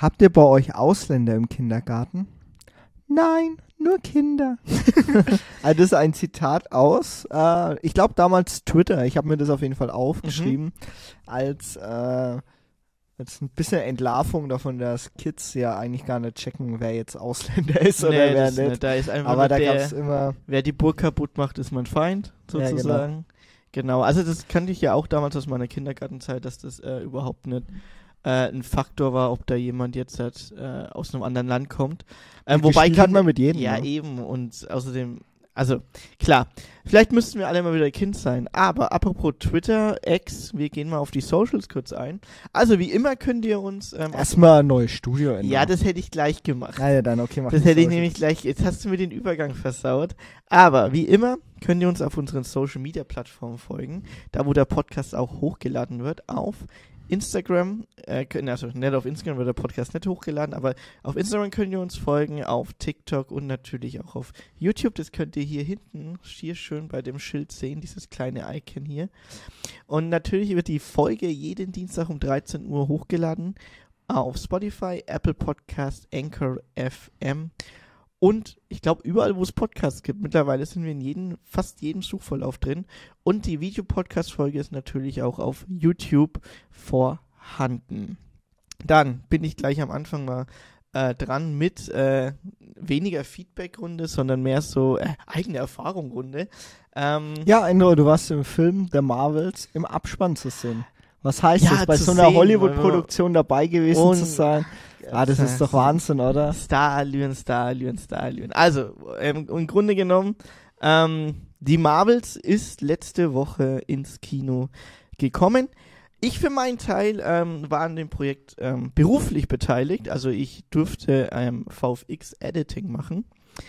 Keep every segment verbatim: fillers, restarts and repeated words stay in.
Habt ihr bei euch Ausländer im Kindergarten? Nein, nur Kinder. Also das ist ein Zitat aus, äh, ich glaube damals Twitter, ich habe mir das auf jeden Fall aufgeschrieben, mhm. als, äh, als ein bisschen Entlarvung davon, dass Kids ja eigentlich gar nicht checken, wer jetzt Ausländer ist oder nee, wer nicht. nicht. Da ist einfach aber da der, gab's immer... Wer die Burg kaputt macht, ist mein Feind, sozusagen. Ja, genau. genau, also das kannte ich ja auch damals aus meiner Kindergartenzeit, dass das äh, überhaupt nicht äh, ein Faktor war, ob da jemand jetzt halt, äh, aus einem anderen Land kommt. Ähm, wobei kann man mit jedem. Ja, ne? eben. Und außerdem, also klar, vielleicht müssten wir alle mal wieder Kind sein. Aber apropos Twitter, X, wir gehen mal auf die Socials kurz ein. Also wie immer könnt ihr uns... Ähm, Erstmal ein neues Studio ändern. Ja, das hätte ich gleich gemacht. Ah ja, dann okay, mach Das hätte ich nämlich gleich... Jetzt hast du mir den Übergang versaut. Aber wie immer könnt ihr uns auf unseren Social-Media-Plattformen folgen. Da, wo der Podcast auch hochgeladen wird, auf Instagram, äh, also nicht auf Instagram wird der Podcast nicht hochgeladen, aber auf Instagram könnt ihr uns folgen, auf TikTok und natürlich auch auf YouTube. Das könnt ihr hier hinten hier schön bei dem Schild sehen, dieses kleine Icon hier. Und natürlich wird die Folge jeden Dienstag um dreizehn Uhr hochgeladen auf Spotify, Apple Podcast, Anchor F M und ich glaube überall, wo es Podcasts gibt. Mittlerweile sind wir in jedem, fast jedem Suchverlauf drin. Und die Videopodcast-Folge ist natürlich auch auf YouTube vorhanden. Dann bin ich gleich am Anfang mal äh, dran mit äh, weniger Feedback-Runde, sondern mehr so äh, eigene Erfahrung-Runde. Ähm, ja, Endo, du warst im Film der Marvels im Abspann zu sehen. Was heißt ja, das, bei so einer sehen, Hollywood-Produktion dabei gewesen zu sein? Ah, das ist doch Wahnsinn, oder? Starallüren, Starallüren, Starallüren. Also, ähm, im Grunde genommen, ähm, die Marvels ist letzte Woche ins Kino gekommen. Ich für meinen Teil ähm, war an dem Projekt ähm, beruflich beteiligt. Also ich durfte ähm, V F X-Editing machen.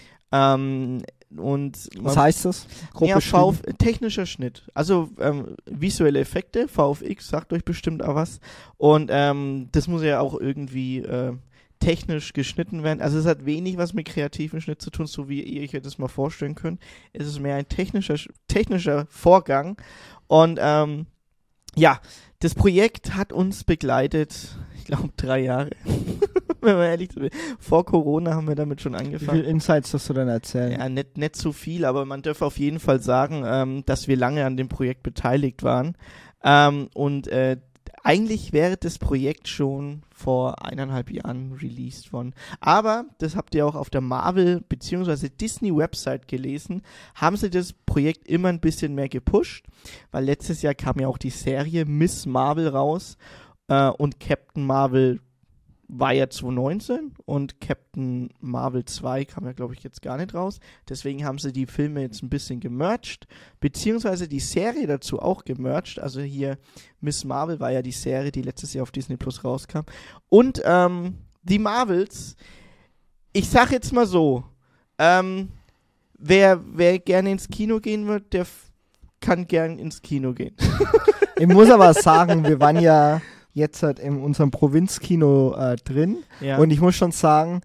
Ähm, und Was heißt das? Grob ja, V F, technischer Schnitt. Also ähm, visuelle Effekte, V F X sagt euch bestimmt auch was. Und ähm, das muss ja auch irgendwie äh, technisch geschnitten werden. Also es hat wenig was mit kreativem Schnitt zu tun, so wie ihr euch das mal vorstellen könnt. Es ist mehr ein technischer, technischer Vorgang. Und ähm, ja, das Projekt hat uns begleitet, ich glaube, drei Jahre. Wenn man ehrlich ist. Vor Corona haben wir damit schon angefangen. Wie viele Insights darfst du dann erzählen? Ja, nicht, nicht so viel, aber man darf auf jeden Fall sagen, ähm, dass wir lange an dem Projekt beteiligt waren. Ähm, und äh, eigentlich wäre das Projekt schon vor eineinhalb Jahren released worden. Aber, das habt ihr auch auf der Marvel- bzw. Disney-Website gelesen, haben sie das Projekt immer ein bisschen mehr gepusht, weil letztes Jahr kam ja auch die Serie Miss Marvel raus äh, und Captain Marvel war ja zwanzig neunzehn und Captain Marvel zwei kam ja, glaube ich, jetzt gar nicht raus. Deswegen haben sie die Filme jetzt ein bisschen gemerged, beziehungsweise die Serie dazu auch gemerged. Also hier Miss Marvel war ja die Serie, die letztes Jahr auf Disney Plus rauskam. Und ähm, die Marvels, ich sag jetzt mal so, ähm, wer, wer gerne ins Kino gehen wird, der f- kann gern ins Kino gehen. Ich muss aber sagen, wir waren ja jetzt halt in unserem Provinzkino äh, drin. Ja. Und ich muss schon sagen,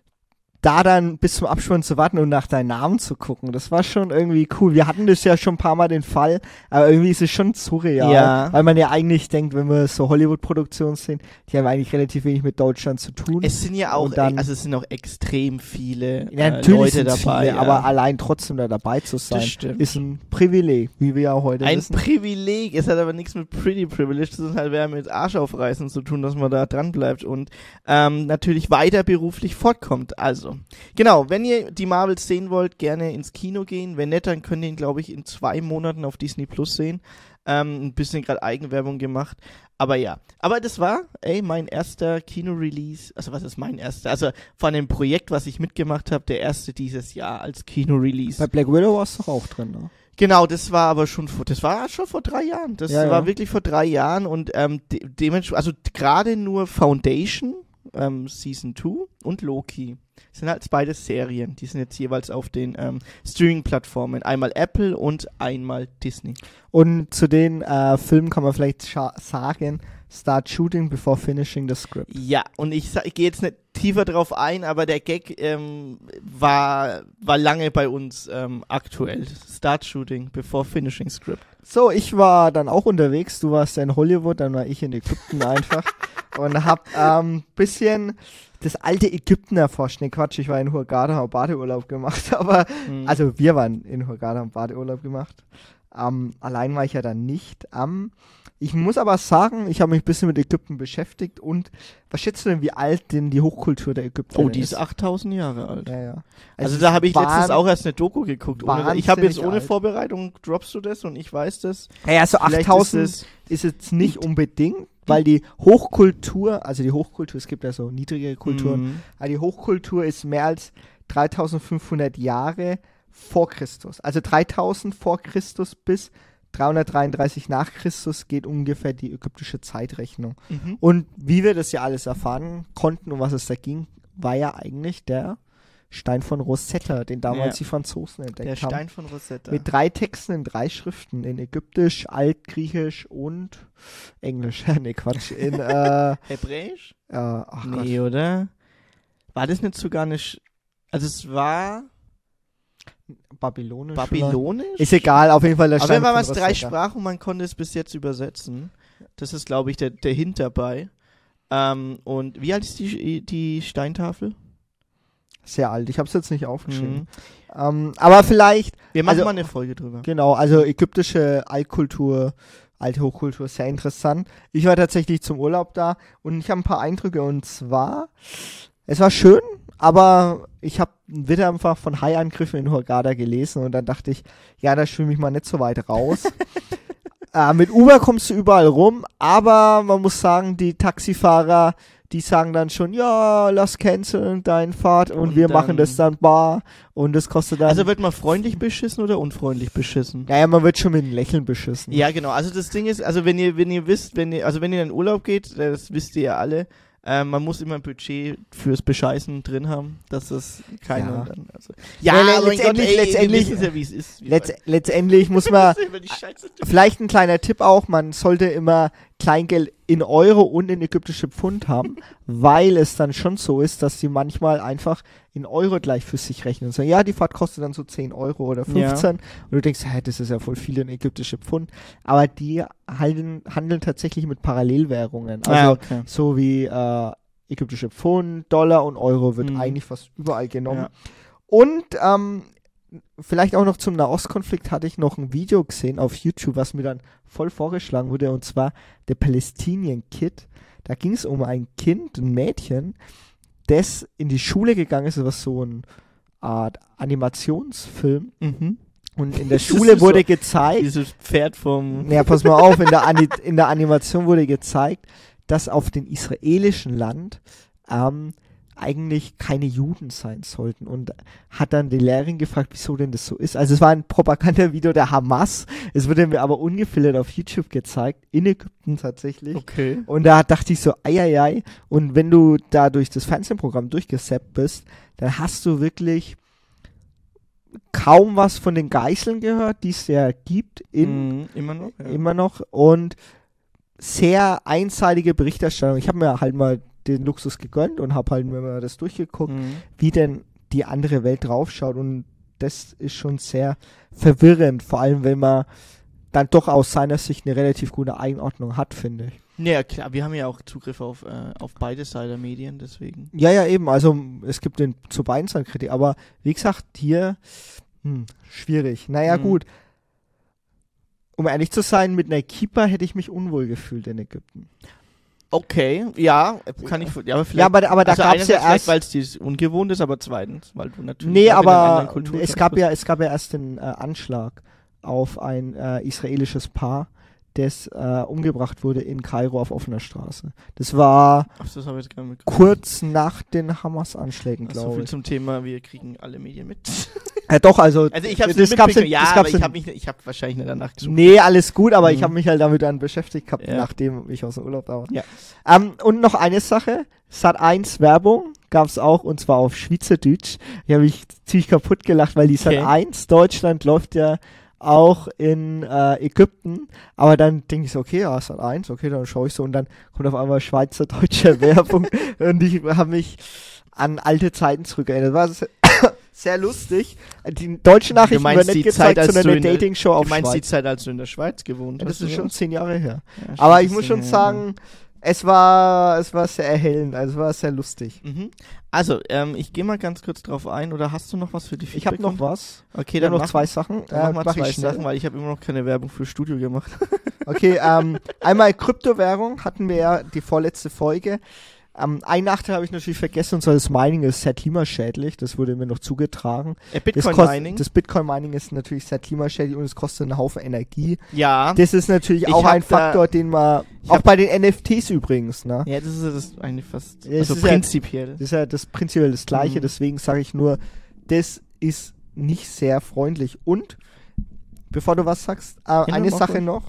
da dann bis zum Abspann zu warten und nach deinem Namen zu gucken, das war schon irgendwie cool. Wir hatten das ja schon ein paar Mal den Fall, aber irgendwie ist es schon surreal, ja. Weil man ja eigentlich denkt, wenn wir so Hollywood-Produktionen sehen, die haben eigentlich relativ wenig mit Deutschland zu tun. Es sind ja auch, dann, also es sind auch extrem viele ja, äh, Leute dabei. Viele, ja. Aber allein trotzdem da dabei zu sein, ist ein Privileg, wie wir ja heute ein wissen. Ein Privileg, es hat aber nichts mit Pretty Privilege, das ist halt, wir haben mit Arsch aufreißen zu tun, dass man da dran bleibt und ähm, natürlich weiter beruflich fortkommt. Also, genau, wenn ihr die Marvels sehen wollt, gerne ins Kino gehen. Wenn nicht, dann könnt ihr ihn, glaube ich, in zwei Monaten auf Disney Plus sehen. Ähm, ein bisschen gerade Eigenwerbung gemacht. Aber ja, aber das war, ey, mein erster Kino-Release. Also was ist mein erster? Also von dem Projekt, was ich mitgemacht habe, der erste dieses Jahr als Kino-Release. Bei Black Widow warst du doch auch drin, ne? Genau, das war aber schon vor, das war schon vor drei Jahren. Das ja, war ja. wirklich vor drei Jahren und ähm, de- dementsprechend, also gerade nur Foundation, ähm, Season zwei und Loki. Das sind halt beides Serien. Die sind jetzt jeweils auf den ähm, Streaming-Plattformen. Einmal Apple und einmal Disney. Und zu den äh, Filmen kann man vielleicht scha- sagen, Start shooting before finishing the script. Ja, und ich, sa- ich gehe jetzt nicht tiefer drauf ein, aber der Gag ähm, war, war lange bei uns ähm, aktuell. Start shooting before finishing script. So, ich war dann auch unterwegs. Du warst ja in Hollywood, dann war ich in Ägypten einfach und hab ähm, bisschen das alte Ägypten erforscht. Ne, Quatsch, ich war in Hurghada, hab Badeurlaub gemacht, aber Mhm. also wir waren in Hurghada, haben Badeurlaub gemacht. Ähm, allein war ich ja dann nicht. Ähm, ich muss aber sagen, ich habe mich ein bisschen mit Ägypten beschäftigt und was schätzt du denn, wie alt denn die Hochkultur der Ägypter Oh, denn die ist achttausend Jahre alt. Ja, ja. Also es da ist habe ich letztens wahn- auch erst eine Doku geguckt. Ohne, ich habe jetzt wahnsinnig ohne alt. Vorbereitung, droppst du das und ich weiß das. Naja, so Vielleicht achttausend ist ist, es- jetzt nicht unbedingt, weil die Hochkultur, also die Hochkultur, es gibt ja so niedrigere Kulturen, Mhm. aber die Hochkultur ist mehr als dreitausendfünfhundert Jahre vor Christus. Also dreitausend vor Christus bis dreihundertdreiunddreißig nach Christus geht ungefähr die ägyptische Zeitrechnung. Mhm. Und wie wir das ja alles erfahren konnten, um was es da ging, war ja eigentlich der Stein von Rosetta, den damals Ja. die Franzosen entdeckt Der haben. Stein von Rosetta. Mit drei Texten in drei Schriften, in Ägyptisch, Altgriechisch und Englisch. nee, Quatsch. In, äh, Hebräisch? äh, ach Nee, oder? War das nicht sogar eine... Sch- also es war Gott, Babylonisch. Babylonisch? Ist egal, auf jeden Fall der Aber Stein wenn man von was drei Rosetta. Sprachen, man konnte es bis jetzt übersetzen. Das ist, glaube ich, der, der Hint dabei. Ähm, und wie alt ist die, die Steintafel? Sehr alt, ich habe es jetzt nicht aufgeschrieben. Mhm. Ähm, aber vielleicht, Wir machen Also- mal eine Folge drüber. genau, also ägyptische Altkultur, alte Hochkultur, sehr interessant. Ich war tatsächlich zum Urlaub da und ich habe ein paar Eindrücke und zwar, es war schön, aber ich habe wieder einfach von Haiangriffen in Hurghada gelesen und dann dachte ich, ja, da schwimme ich mal nicht so weit raus. äh, mit Uber kommst du überall rum, aber man muss sagen, die Taxifahrer, die sagen dann schon, ja, lass canceln dein Fahrt und, Und wir dann- machen das dann bar und das kostet dann... Also wird man freundlich beschissen oder unfreundlich beschissen? naja, man wird schon mit einem Lächeln beschissen. Ja, genau. Also das Ding ist, also wenn ihr, wenn ihr wisst, wenn ihr, also wenn ihr in den Urlaub geht, das wisst ihr ja alle, ähm, man muss immer ein Budget fürs Bescheißen drin haben, dass das keine. Ja. Dann, also, Ja, mein letztendlich- Gott, ey, letztendlich- wir wissen ja, wie es ist. wie Letz weit- letztendlich muss man, über die Scheiße. vielleicht ein kleiner Tipp auch, man sollte immer Kleingeld in Euro und in ägyptische Pfund haben, weil es dann schon so ist, dass sie manchmal einfach in Euro gleich für sich rechnen und sagen, ja, die Fahrt kostet dann so zehn Euro oder fünfzehn und du denkst, hä, das ist ja voll viel in ägyptische Pfund, aber die halten, handeln tatsächlich mit Parallelwährungen, also Ah, okay. so wie äh, ägyptische Pfund, Dollar und Euro wird Mhm. eigentlich fast überall genommen. Ja. Und ähm, vielleicht auch noch zum Nahostkonflikt hatte ich noch ein Video gesehen auf YouTube, was mir dann voll vorgeschlagen wurde, und zwar der Palestinian Kid. Da ging es um ein Kind, ein Mädchen, das in die Schule gegangen ist, was so eine Art Animationsfilm. Mhm. Und in der Das Schule ist wurde so- gezeigt, Dieses Pferd vom. ja, pass mal auf, in der, Ani in der Animation wurde gezeigt, dass auf dem israelischen Land ähm, eigentlich keine Juden sein sollten und hat dann die Lehrerin gefragt, wieso denn das so ist. Also es war ein Propagandavideo der Hamas, es wurde mir aber ungefiltert auf YouTube gezeigt, in Ägypten tatsächlich. Okay. Und da dachte ich so, eieiei, und wenn du da durch das Fernsehprogramm durchgesappt bist, dann hast du wirklich kaum was von den Geiseln gehört, die es ja gibt in Mhm, immer noch. Ja. immer noch und sehr einseitige Berichterstattung. Ich habe mir halt mal den Luxus gegönnt und habe halt mir mal das durchgeguckt, Mhm. wie denn die andere Welt draufschaut, und das ist schon sehr verwirrend, vor allem wenn man dann doch aus seiner Sicht eine relativ gute Einordnung hat, finde ich. Ja, klar, wir haben ja auch Zugriff auf, äh, auf beide Seiten der Medien, deswegen. Ja, ja, eben, also es gibt den zu beiden Seiten Kritik, aber wie gesagt, hier hm, schwierig. Naja, Mhm. gut. Um ehrlich zu sein, mit einer Kippa hätte ich mich unwohl gefühlt in Ägypten. Okay, ja, kann ich. Ja, aber vielleicht. Ja, aber, aber da also gab es ja einerseits erst... vielleicht, weil es ungewohnt ist, aber zweitens, weil du natürlich. Nee, auch in einer anderen aber Kultur es gab bist. ja, es gab ja erst den äh, Anschlag auf ein äh, israelisches Paar, das äh, umgebracht wurde in Kairo auf offener Straße. Das war Ach, das habe ich jetzt gar nicht mitbekommen. kurz nach den Hamas-Anschlägen, Ach, so glaube viel ich. zum Thema, wir kriegen alle Medien mit. Ja, doch, also, Also ich habe es das nicht gab's mitbekommen, in- ja, das aber gab's ich in- habe mich, ich habe wahrscheinlich nicht danach gesucht. nee, alles gut, aber ich Mhm. habe mich halt damit dann beschäftigt gehabt, Ja. nachdem ich aus dem Urlaub da war. Ja. Ähm, und noch eine Sache, Sat eins Werbung gab's auch, und zwar auf Schweizerdeutsch. Ich habe mich ziemlich kaputt gelacht, weil die Okay. Sat eins Deutschland läuft ja auch in äh, Ägypten, aber dann denke ich so, okay, ja, Sat eins, okay, dann schaue ich so und dann kommt auf einmal schweizerdeutsche Werbung und ich habe mich an alte Zeiten zurückerinnert. Das war sehr lustig. Die deutschen Nachrichten werden nicht gezeigt, Zeit, sondern eine Dating-Show auf Schweiz. Du meinst Schweiz. die Zeit, als du in der Schweiz gewohnt Ja, hast? das ist schon zehn Jahre her. Ja, aber ich muss schon her, sagen, es war, es war sehr erhellend, also es war sehr lustig. Mhm. Also, ähm, ich gehe mal ganz kurz drauf ein, oder hast du noch was für die Ich habe noch was. Okay, Ich dann habe noch mach, zwei Sachen. dann Äh, mach mal mach zwei ich schnell. Sachen, weil ich habe immer noch keine Werbung für Studio gemacht. Okay, ähm, einmal Kryptowährung hatten wir ja die vorletzte Folge. Ähm, ein Nachteil habe ich natürlich vergessen, und zwar das Mining ist sehr klimaschädlich. Das wurde mir noch zugetragen. Äh, Das, kost- Bitcoin-Mining? das Bitcoin-Mining ist natürlich sehr klimaschädlich und es kostet einen Haufen Energie. Ja. Das ist natürlich Ich auch hab ein Faktor, den man, ich auch hab- bei den N F Ts übrigens, ne? Ja, das ist ja das eigentlich fast, Ja, es also ist ja- prinzipiell. Das ist ja das prinzipiell das Gleiche, Mhm. deswegen sage ich nur, das ist nicht sehr freundlich. Und, bevor du was sagst, äh, eine mach Sache ruhig. noch.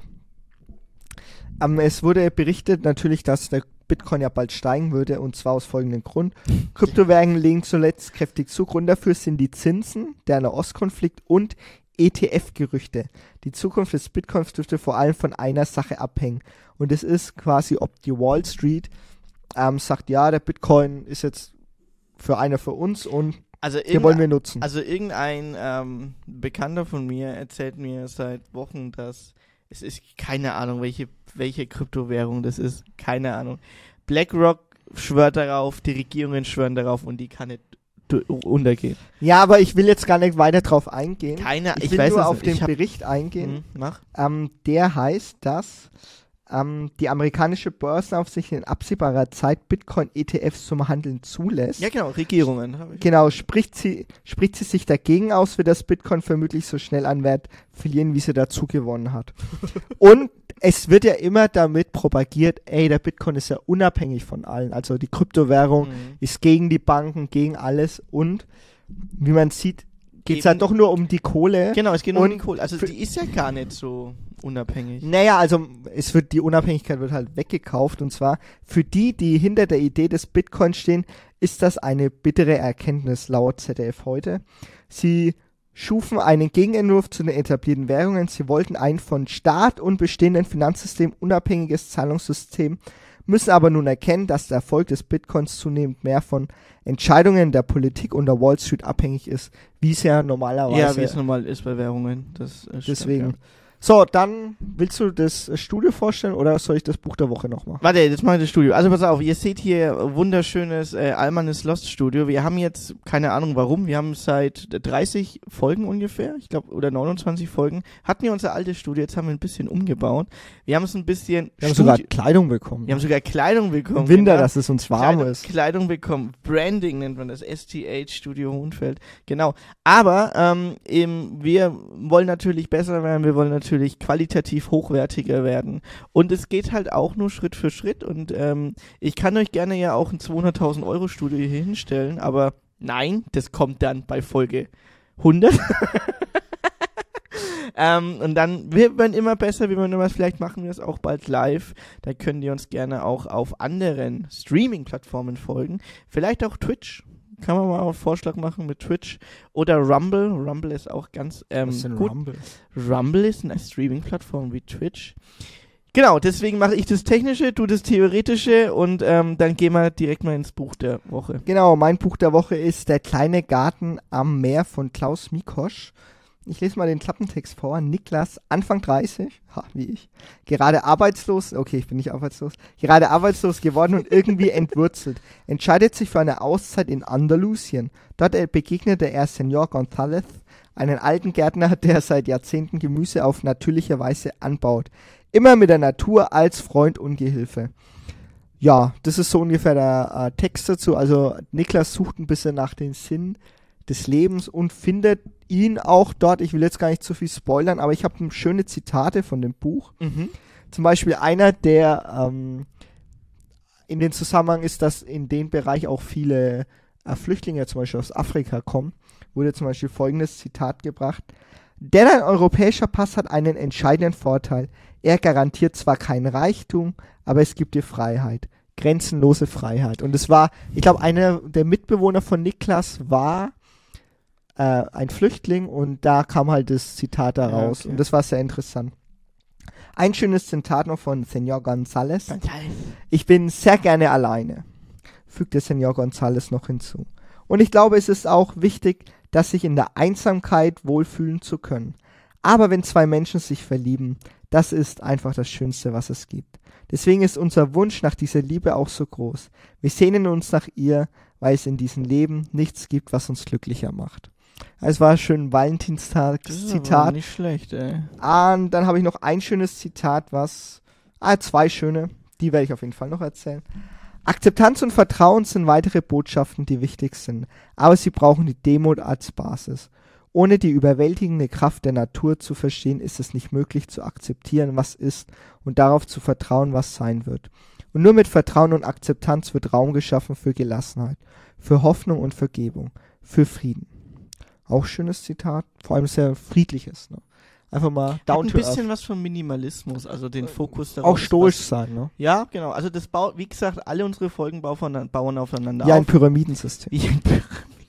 Ähm, es wurde berichtet natürlich, dass der Bitcoin ja bald steigen würde, und zwar aus folgendem Grund. Kryptowährungen legen zuletzt kräftig zu. Grund dafür sind die Zinsen, der Nahostkonflikt und E T F-Gerüchte. Die Zukunft des Bitcoins dürfte vor allem von einer Sache abhängen. Und es ist quasi, ob die Wall Street ähm, sagt, ja, der Bitcoin ist jetzt für einer für uns und Also, den wollen wir nutzen. also irgendein ähm, Bekannter von mir erzählt mir seit Wochen, dass es ist keine Ahnung, welche, welche Kryptowährung das ist. Keine Ahnung. BlackRock schwört darauf, die Regierungen schwören darauf und die kann nicht du- untergehen. Ja, aber ich will jetzt gar nicht weiter drauf eingehen. Keine, Ich, ich, will weiß nur es auf nicht. den Ich hab, Bericht eingehen. Hm, mach. Ähm, der heißt, dass ähm, die amerikanische Börsenaufsicht in absehbarer Zeit Bitcoin-E T Fs zum Handeln zulässt. Ja, genau, Regierungen. Hab ich. Genau, spricht sie, spricht sie sich dagegen aus, wird das Bitcoin vermutlich so schnell an Wert verlieren, wie sie dazu gewonnen hat. Und es wird ja immer damit propagiert, ey, der Bitcoin ist ja unabhängig von allen. Also die Kryptowährung Mhm. ist gegen die Banken, gegen alles. Und wie man sieht, geht es Eben- halt doch nur um die Kohle. Genau, es geht nur um Und die Kohle. Also für- die ist ja gar nicht so unabhängig. Naja, also es wird, die Unabhängigkeit wird halt weggekauft, und zwar für die, die hinter der Idee des Bitcoin stehen, ist das eine bittere Erkenntnis laut Z D F heute. Sie schufen einen Gegenentwurf zu den etablierten Währungen. Sie wollten ein von Staat und bestehenden Finanzsystem unabhängiges Zahlungssystem, müssen aber nun erkennen, dass der Erfolg des Bitcoins zunehmend mehr von Entscheidungen der Politik und der Wall Street abhängig ist, wie es ja normalerweise Ja, wie es normal ist bei Währungen. Das äh, stimmt, Deswegen. Ja. So, dann willst du das äh, Studio vorstellen oder soll ich das Buch der Woche noch machen? Warte, jetzt mache ich das Studio. Also pass auf, ihr seht hier wunderschönes äh, Almanes Lost Studio. Wir haben jetzt, keine Ahnung warum, wir haben seit dreißig Folgen ungefähr, ich glaube, oder neunundzwanzig Folgen, hatten wir unser altes Studio, jetzt haben wir ein bisschen umgebaut. Wir haben es ein bisschen... Wir haben Studi- sogar Kleidung bekommen. wir haben sogar Kleidung bekommen. Im Winter, genau. dass es uns warm Kleidung, ist. Kleidung bekommen. Branding nennt man das. S T H Studio Hohenfeld. Genau. Aber ähm, eben, wir wollen natürlich besser werden. Wir wollen natürlich qualitativ hochwertiger werden. Und es geht halt auch nur Schritt für Schritt. Und ähm, ich kann euch gerne ja auch ein zweihunderttausend Euro Studio hier hinstellen. Aber nein, das kommt dann bei Folge hundert. Ähm, und dann, wir werden immer besser, wir werden immer, vielleicht machen wir es auch bald live. Da könnt ihr uns gerne auch auf anderen Streaming-Plattformen folgen. Vielleicht auch Twitch. Kann man mal einen Vorschlag machen mit Twitch. Oder Rumble. Rumble ist auch ganz ähm, Was ist denn gut. Rumble? Rumble ist eine Streaming-Plattform wie Twitch. Genau, deswegen mache ich das Technische, du das Theoretische und ähm, dann gehen wir direkt mal ins Buch der Woche. Genau, mein Buch der Woche ist Der kleine Garten am Meer von Klaus Mikosch. Ich lese mal den Klappentext vor. Niklas, Anfang dreißig, ha, wie ich, gerade arbeitslos, okay, ich bin nicht arbeitslos, gerade arbeitslos geworden und irgendwie entwurzelt, entscheidet sich für eine Auszeit in Andalusien. Dort begegnete er Senor González, einen alten Gärtner, der seit Jahrzehnten Gemüse auf natürliche Weise anbaut. Immer mit der Natur als Freund und Gehilfe. Ja, das ist so ungefähr der äh, Text dazu. Also Niklas sucht ein bisschen nach dem Sinn des Lebens und findet ihn auch dort. Ich will jetzt gar nicht zu viel spoilern, aber ich habe schöne Zitate von dem Buch. Mhm. Zum Beispiel einer, der ähm, in den Zusammenhang ist, dass in den Bereich auch viele äh, Flüchtlinge zum Beispiel aus Afrika kommen, wurde zum Beispiel folgendes Zitat gebracht. Denn ein europäischer Pass hat einen entscheidenden Vorteil. Er garantiert zwar keinen Reichtum, aber es gibt dir Freiheit. Grenzenlose Freiheit. Und es war, ich glaube, einer der Mitbewohner von Niklas war äh, ein Flüchtling und da kam halt das Zitat da raus. Ja, okay. Und das war sehr interessant. Ein schönes Zitat noch von Señor González. Ich bin sehr gerne alleine, fügte Señor González noch hinzu. Und ich glaube, es ist auch wichtig, dass sich in der Einsamkeit wohlfühlen zu können. Aber wenn zwei Menschen sich verlieben, das ist einfach das Schönste, was es gibt. Deswegen ist unser Wunsch nach dieser Liebe auch so groß. Wir sehnen uns nach ihr, weil es in diesem Leben nichts gibt, was uns glücklicher macht. Es war schön ein Valentinstag-Zitat. Nicht schlecht, ey. Ah, und dann habe ich noch ein schönes Zitat, was... Ah, zwei schöne. Die werde ich auf jeden Fall noch erzählen. Akzeptanz und Vertrauen sind weitere Botschaften, die wichtig sind. Aber sie brauchen die Demut als Basis. Ohne die überwältigende Kraft der Natur zu verstehen, ist es nicht möglich zu akzeptieren, was ist und darauf zu vertrauen, was sein wird. Und nur mit Vertrauen und Akzeptanz wird Raum geschaffen für Gelassenheit, für Hoffnung und Vergebung, für Frieden. Auch schönes Zitat, vor allem sehr friedliches. Ne? Einfach mal down to earth. Ein bisschen was vom Minimalismus, also den Fokus darauf. Auch stoisch sein, ne? Ja, genau. Also das baut, wie gesagt, alle unsere Folgen bauen aufeinander ja, auf. Ein Pyramidensystem. Wie ein Pyramidensystem.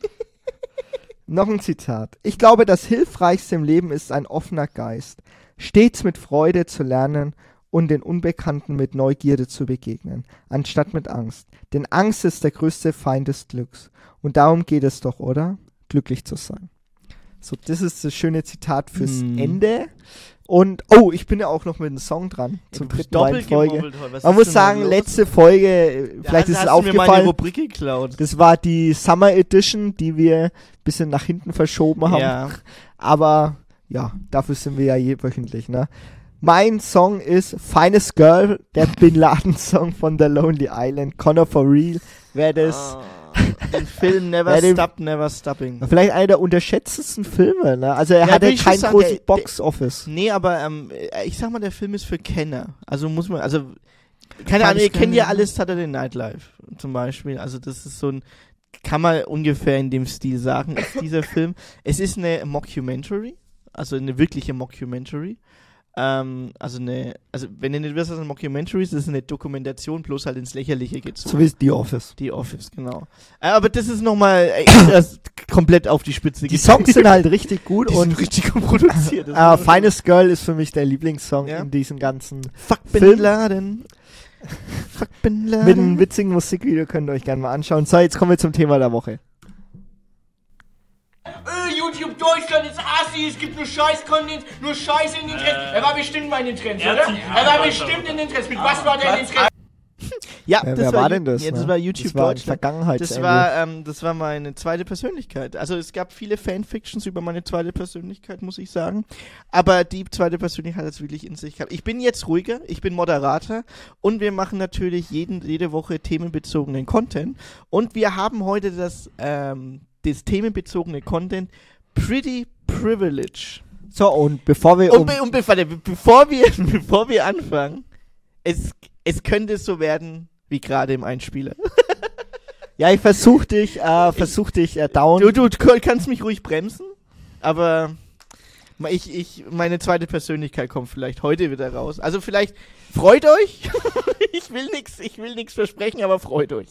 Noch ein Zitat. Ich glaube, das Hilfreichste im Leben ist ein offener Geist, stets mit Freude zu lernen und den Unbekannten mit Neugierde zu begegnen, anstatt mit Angst. Denn Angst ist der größte Feind des Glücks. Und darum geht es doch, oder? Glücklich zu sein. So, das ist das schöne Zitat fürs hm. Ende. Und, oh, ich bin ja auch noch mit einem Song dran. Ja, zum dritten Mal in Folge. Was Man muss sagen, letzte Folge, ja, vielleicht also ist es aufgefallen. Mir meine Rubrik geklaut. Das war die Summer Edition, die wir ein bisschen nach hinten verschoben haben. Ja. Aber, ja, dafür sind wir ja je wöchentlich, ne? Mein Song ist Finest Girl, der Bin Laden Song von The Lonely Island. Connor for Real. Wer das... Oh. Den Film Never ja, Stop, Never Stopping. Vielleicht einer der unterschätztesten Filme, ne? Also er ja, hatte kein sagen, großes der, Box-Office. Nee, aber ähm, ich sag mal, der Film ist für Kenner. Also muss man, also keine Ahnung, ihr kennt ja alles Saturday Night Live zum Beispiel. Also das ist so ein, kann man ungefähr in dem Stil sagen, ist dieser Film. Es ist eine Mockumentary, also eine wirkliche Mockumentary. Ähm, also eine, also wenn ihr nicht wisst, was eine Mockumentary ist, das ist eine Dokumentation, bloß halt ins Lächerliche gezogen. So wie The Office. The Office, genau. Äh, aber das ist nochmal komplett auf die Spitze. Die Songs sind halt richtig gut die und sind richtig gut produziert. uh, Finest Girl ist für mich der Lieblingssong ja? in diesem ganzen Fuck Film. Bin Laden. Fuck Bin Laden. Mit einem witzigen Musikvideo könnt ihr euch gerne mal anschauen. So, jetzt kommen wir zum Thema der Woche. YouTube Deutschland ist assi, es gibt nur Scheiß-Content, nur Scheiße in den Trends. Äh, er war bestimmt mal in den Trends, oder? Er war bestimmt in den Trends. Mit was war der in den Trends? Ja, ja, das wer war, war denn das? Ja, das ne? war YouTube das war Deutschland. Das war, ähm, das war meine zweite Persönlichkeit. Also es gab viele Fanfictions über meine zweite Persönlichkeit, muss ich sagen. Aber die zweite Persönlichkeit hat es wirklich in sich gehabt. Ich bin jetzt ruhiger, ich bin Moderator und wir machen natürlich jeden, jede Woche themenbezogenen Content. Und wir haben heute das, ähm, das themenbezogene Content Pretty Privilege. So, und bevor wir... Um und, be- und be- warte, be- bevor, wir, bevor wir anfangen, es, es könnte so werden wie gerade im Einspieler. Ja, ich versuch dich, äh, versuch dich äh, down. Du, du kannst mich ruhig bremsen, aber ich, ich, meine zweite Persönlichkeit kommt vielleicht heute wieder raus. Also vielleicht freut euch. ich will nichts, ich will nichts versprechen, aber freut euch.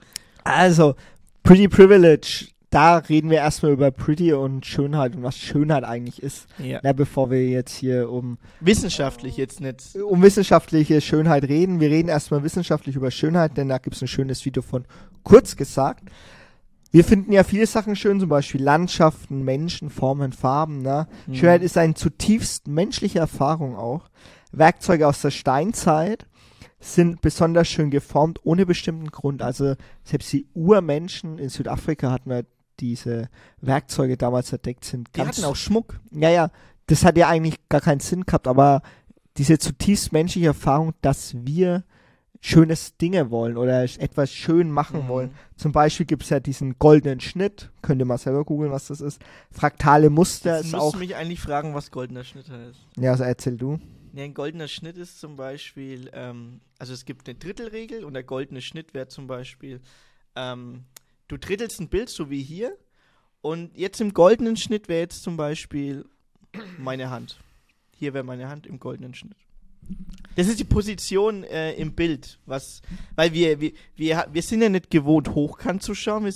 Also, Pretty Privilege. Da reden wir erstmal über Pretty und Schönheit und was Schönheit eigentlich ist. Ja. Na, bevor wir jetzt hier um... Wissenschaftlich jetzt nicht. Um wissenschaftliche Schönheit reden. Wir reden erstmal wissenschaftlich über Schönheit, denn da gibt es ein schönes Video von Kurz gesagt. Wir finden ja viele Sachen schön, zum Beispiel Landschaften, Menschen, Formen, Farben. Ne? Mhm. Schönheit ist eine zutiefst menschliche Erfahrung auch. Werkzeuge aus der Steinzeit sind besonders schön geformt, ohne bestimmten Grund. Also selbst die Urmenschen in Südafrika hatten wir diese Werkzeuge damals entdeckt sind. Die hatten auch Schmuck. Ja, ja, das hat ja eigentlich gar keinen Sinn gehabt, aber diese zutiefst menschliche Erfahrung, dass wir schönes Dinge wollen oder etwas schön machen mhm. wollen. Zum Beispiel gibt es ja diesen goldenen Schnitt, könnt ihr mal selber googeln, was das ist. Fraktale Muster Jetzt ist musst auch... du mich eigentlich fragen, was goldener Schnitt heißt. Ja, also erzähl du. Ja, ein goldener Schnitt ist zum Beispiel, ähm, also es gibt eine Drittelregel und der goldene Schnitt wäre zum Beispiel, ähm, du drittelst ein Bild, so wie hier, und jetzt im goldenen Schnitt wäre jetzt zum Beispiel meine Hand. Hier wäre meine Hand im goldenen Schnitt. Das ist die Position äh, im Bild, was, weil wir, wir, wir, wir sind ja nicht gewohnt, hochkant zu schauen, wir sind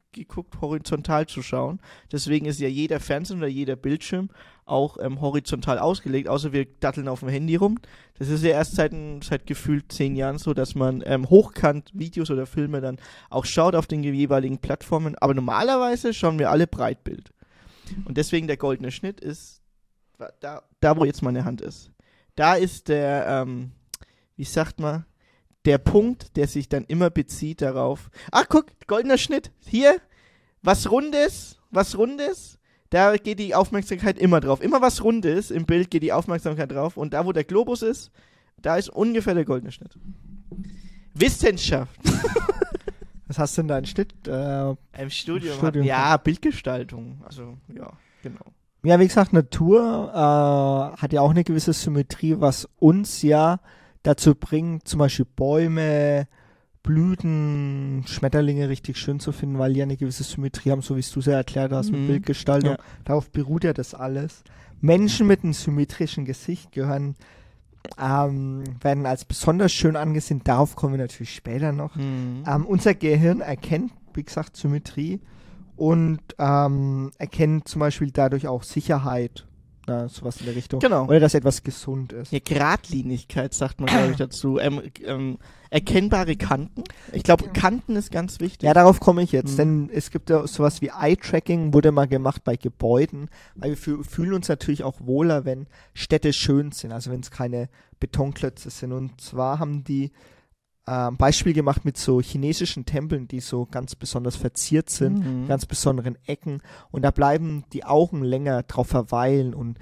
geguckt, horizontal zu schauen. Deswegen ist ja jeder Fernseher oder jeder Bildschirm auch ähm, horizontal ausgelegt, außer wir datteln auf dem Handy rum. Das ist ja erst seit, seit gefühlt zehn Jahren so, dass man ähm, hochkant Videos oder Filme dann auch schaut auf den jeweiligen Plattformen. Aber normalerweise schauen wir alle Breitbild. Und deswegen der goldene Schnitt ist da, da wo jetzt meine Hand ist. Da ist der, ähm, wie sagt man, der Punkt, der sich dann immer bezieht darauf. Ach, guck, goldener Schnitt. Hier, was Rundes, was Rundes, da geht die Aufmerksamkeit immer drauf. Immer was Rundes im Bild geht die Aufmerksamkeit drauf. Und da, wo der Globus ist, da ist ungefähr der goldene Schnitt. Wissenschaft. Was hast du denn da einen Schnitt? Äh, Im Studium. Studium Hat, ja, Bildgestaltung. Also, ja, genau. Ja, wie gesagt, Natur äh, hat ja auch eine gewisse Symmetrie, was uns ja dazu bringt, zum Beispiel Bäume, Blüten, Schmetterlinge richtig schön zu finden, weil die ja eine gewisse Symmetrie haben, so wie es du sehr erklärt hast, Mhm. mit Bildgestaltung. Ja. Darauf beruht ja das alles. Menschen mit einem symmetrischen Gesicht gehören, ähm, werden als besonders schön angesehen. Darauf kommen wir natürlich später noch. Mhm. Ähm, unser Gehirn erkennt, wie gesagt, Symmetrie und ähm, erkennt zum Beispiel dadurch auch Sicherheit, na, sowas in der Richtung. Genau. Oder dass etwas gesund ist. Ja, Geradlinigkeit sagt man, glaube ich, dazu. Ähm, ähm, erkennbare Kanten. Ich glaube, Kanten ist ganz wichtig. Ja, darauf komme ich jetzt, Mhm. denn es gibt ja sowas wie Eye-Tracking, wurde mal gemacht bei Gebäuden, weil wir fü- fühlen uns natürlich auch wohler, wenn Städte schön sind, also wenn es keine Betonklötze sind. Und zwar haben die äh, ein Beispiel gemacht mit so chinesischen Tempeln, die so ganz besonders verziert sind, Mhm. ganz besonderen Ecken, und da bleiben die Augen länger drauf verweilen und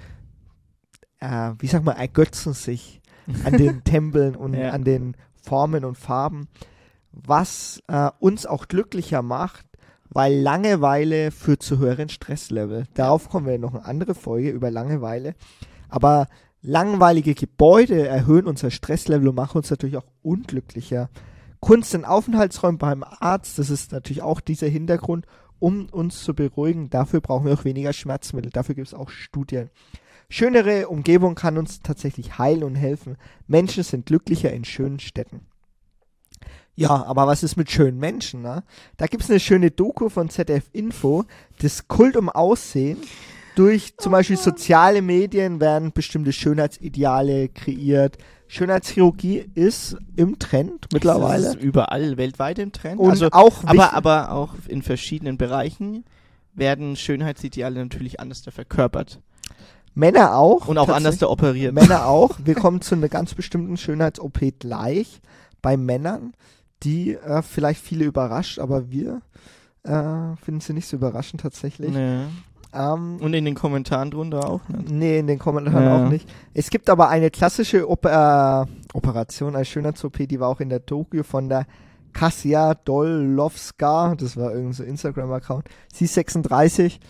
äh, wie sag mal, ergötzen sich an den Tempeln und Ja. an den Formen und Farben, was äh, uns auch glücklicher macht, weil Langeweile führt zu höheren Stresslevel. Darauf kommen wir in noch eine andere Folge über Langeweile. Aber langweilige Gebäude erhöhen unser Stresslevel und machen uns natürlich auch unglücklicher. Kunst in Aufenthaltsräumen beim Arzt, das ist natürlich auch dieser Hintergrund, um uns zu beruhigen. Dafür brauchen wir auch weniger Schmerzmittel. Dafür gibt es auch Studien. Schönere Umgebung kann uns tatsächlich heilen und helfen. Menschen sind glücklicher in schönen Städten. Ja, aber was ist mit schönen Menschen? Ne? Da gibt es eine schöne Doku von Z D F Info, das Kult um Aussehen. Durch zum Beispiel soziale Medien werden bestimmte Schönheitsideale kreiert. Schönheitschirurgie ist im Trend mittlerweile. Das ist überall weltweit im Trend. Und also, auch wichtig- aber, aber auch in verschiedenen Bereichen werden Schönheitsideale natürlich anders da verkörpert. Männer auch. Und auch anders tatsächlich. da operiert. Männer auch. Wir kommen zu einer ganz bestimmten Schönheits-O P gleich bei Männern, die äh, vielleicht viele überrascht, aber wir äh, finden sie nicht so überraschend tatsächlich. Nee. Ähm, Und in den Kommentaren drunter auch. Ne? nee, in den Kommentaren Ja. auch nicht. Es gibt aber eine klassische Oper äh, Operation als Schönheits-O P, die war auch in der Doku von der Kasia Dolowska, das war irgendein so Instagram-Account. Sie ist sechsunddreißig.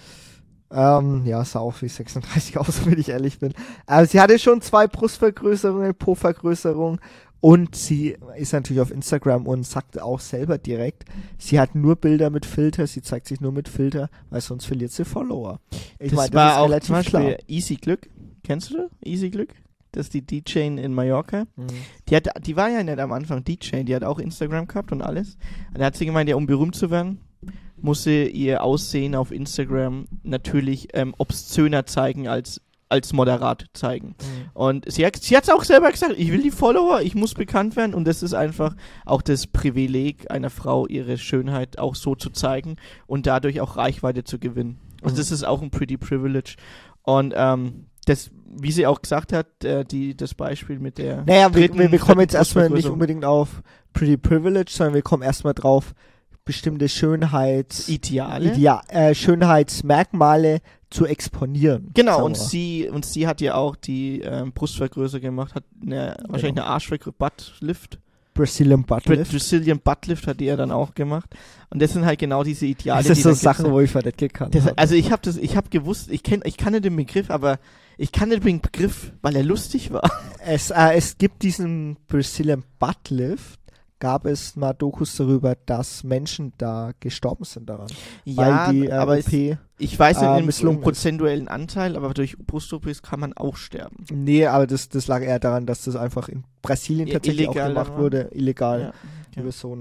Ähm, ja, sah auch wie sechsunddreißig aus, wenn ich ehrlich bin. Also sie hatte schon zwei Brustvergrößerungen, Po-Vergrößerung, und sie ist natürlich auf Instagram und sagt auch selber direkt, sie hat nur Bilder mit Filter, sie zeigt sich nur mit Filter, weil sonst verliert sie Follower. Ich Das meine, war ist auch relativ zum Beispiel klar. Easy Glück. Kennst du Easy Glück? Das ist die D J in Mallorca. Mhm. Die, hat, die war ja nicht am Anfang D J, die hat auch Instagram gehabt und alles. Da hat sie gemeint, ja, um berühmt zu werden, muss sie ihr Aussehen auf Instagram natürlich ähm, obszöner zeigen als als moderat zeigen. Mhm. Und sie hat sie hat's auch selber gesagt, ich will die Follower, ich muss bekannt werden, und das ist einfach auch das Privileg einer Frau, ihre Schönheit auch so zu zeigen und dadurch auch Reichweite zu gewinnen. Also Mhm. das ist auch ein pretty privilege. Und ähm, das, wie sie auch gesagt hat, äh, die, das Beispiel mit der Naja, wir, dritten, wir, wir kommen jetzt vierten erstmal nicht Brustvergrößerung. unbedingt auf Pretty Privilege, sondern wir kommen erstmal drauf, bestimmte Schönheits Ideale. Idea äh, Schönheitsmerkmale zu exponieren. Genau, sagen und wir. sie und sie hat ja auch die ähm, Brustvergrößer gemacht, hat eine, wahrscheinlich eine Arschvergrößerung, Buttlift. Brazilian Buttlift. Brazilian Buttlift hat die ja dann auch gemacht. Und das sind halt genau diese Ideale, Das ist die so dann Sachen, gibt's. wo ich nicht gekannt Das, habe. also ich habe das, ich habe gewusst, ich kenn, ich kannte den Begriff, aber ich kannte den Begriff, weil er lustig war. Es, äh, es gibt diesen Brazilian Buttlift, gab es mal Dokus darüber, dass Menschen da gestorben sind daran. weil die äh, aber O es, P, ich weiß äh, nicht im, misslungen im ist. prozentuellen Anteil, aber durch Brust-O Ps kann man auch sterben. nee, aber das, das lag eher daran, dass das einfach in Brasilien Ja, tatsächlich auch illegal gemacht dann war. wurde, illegal, Ja, okay. über so ein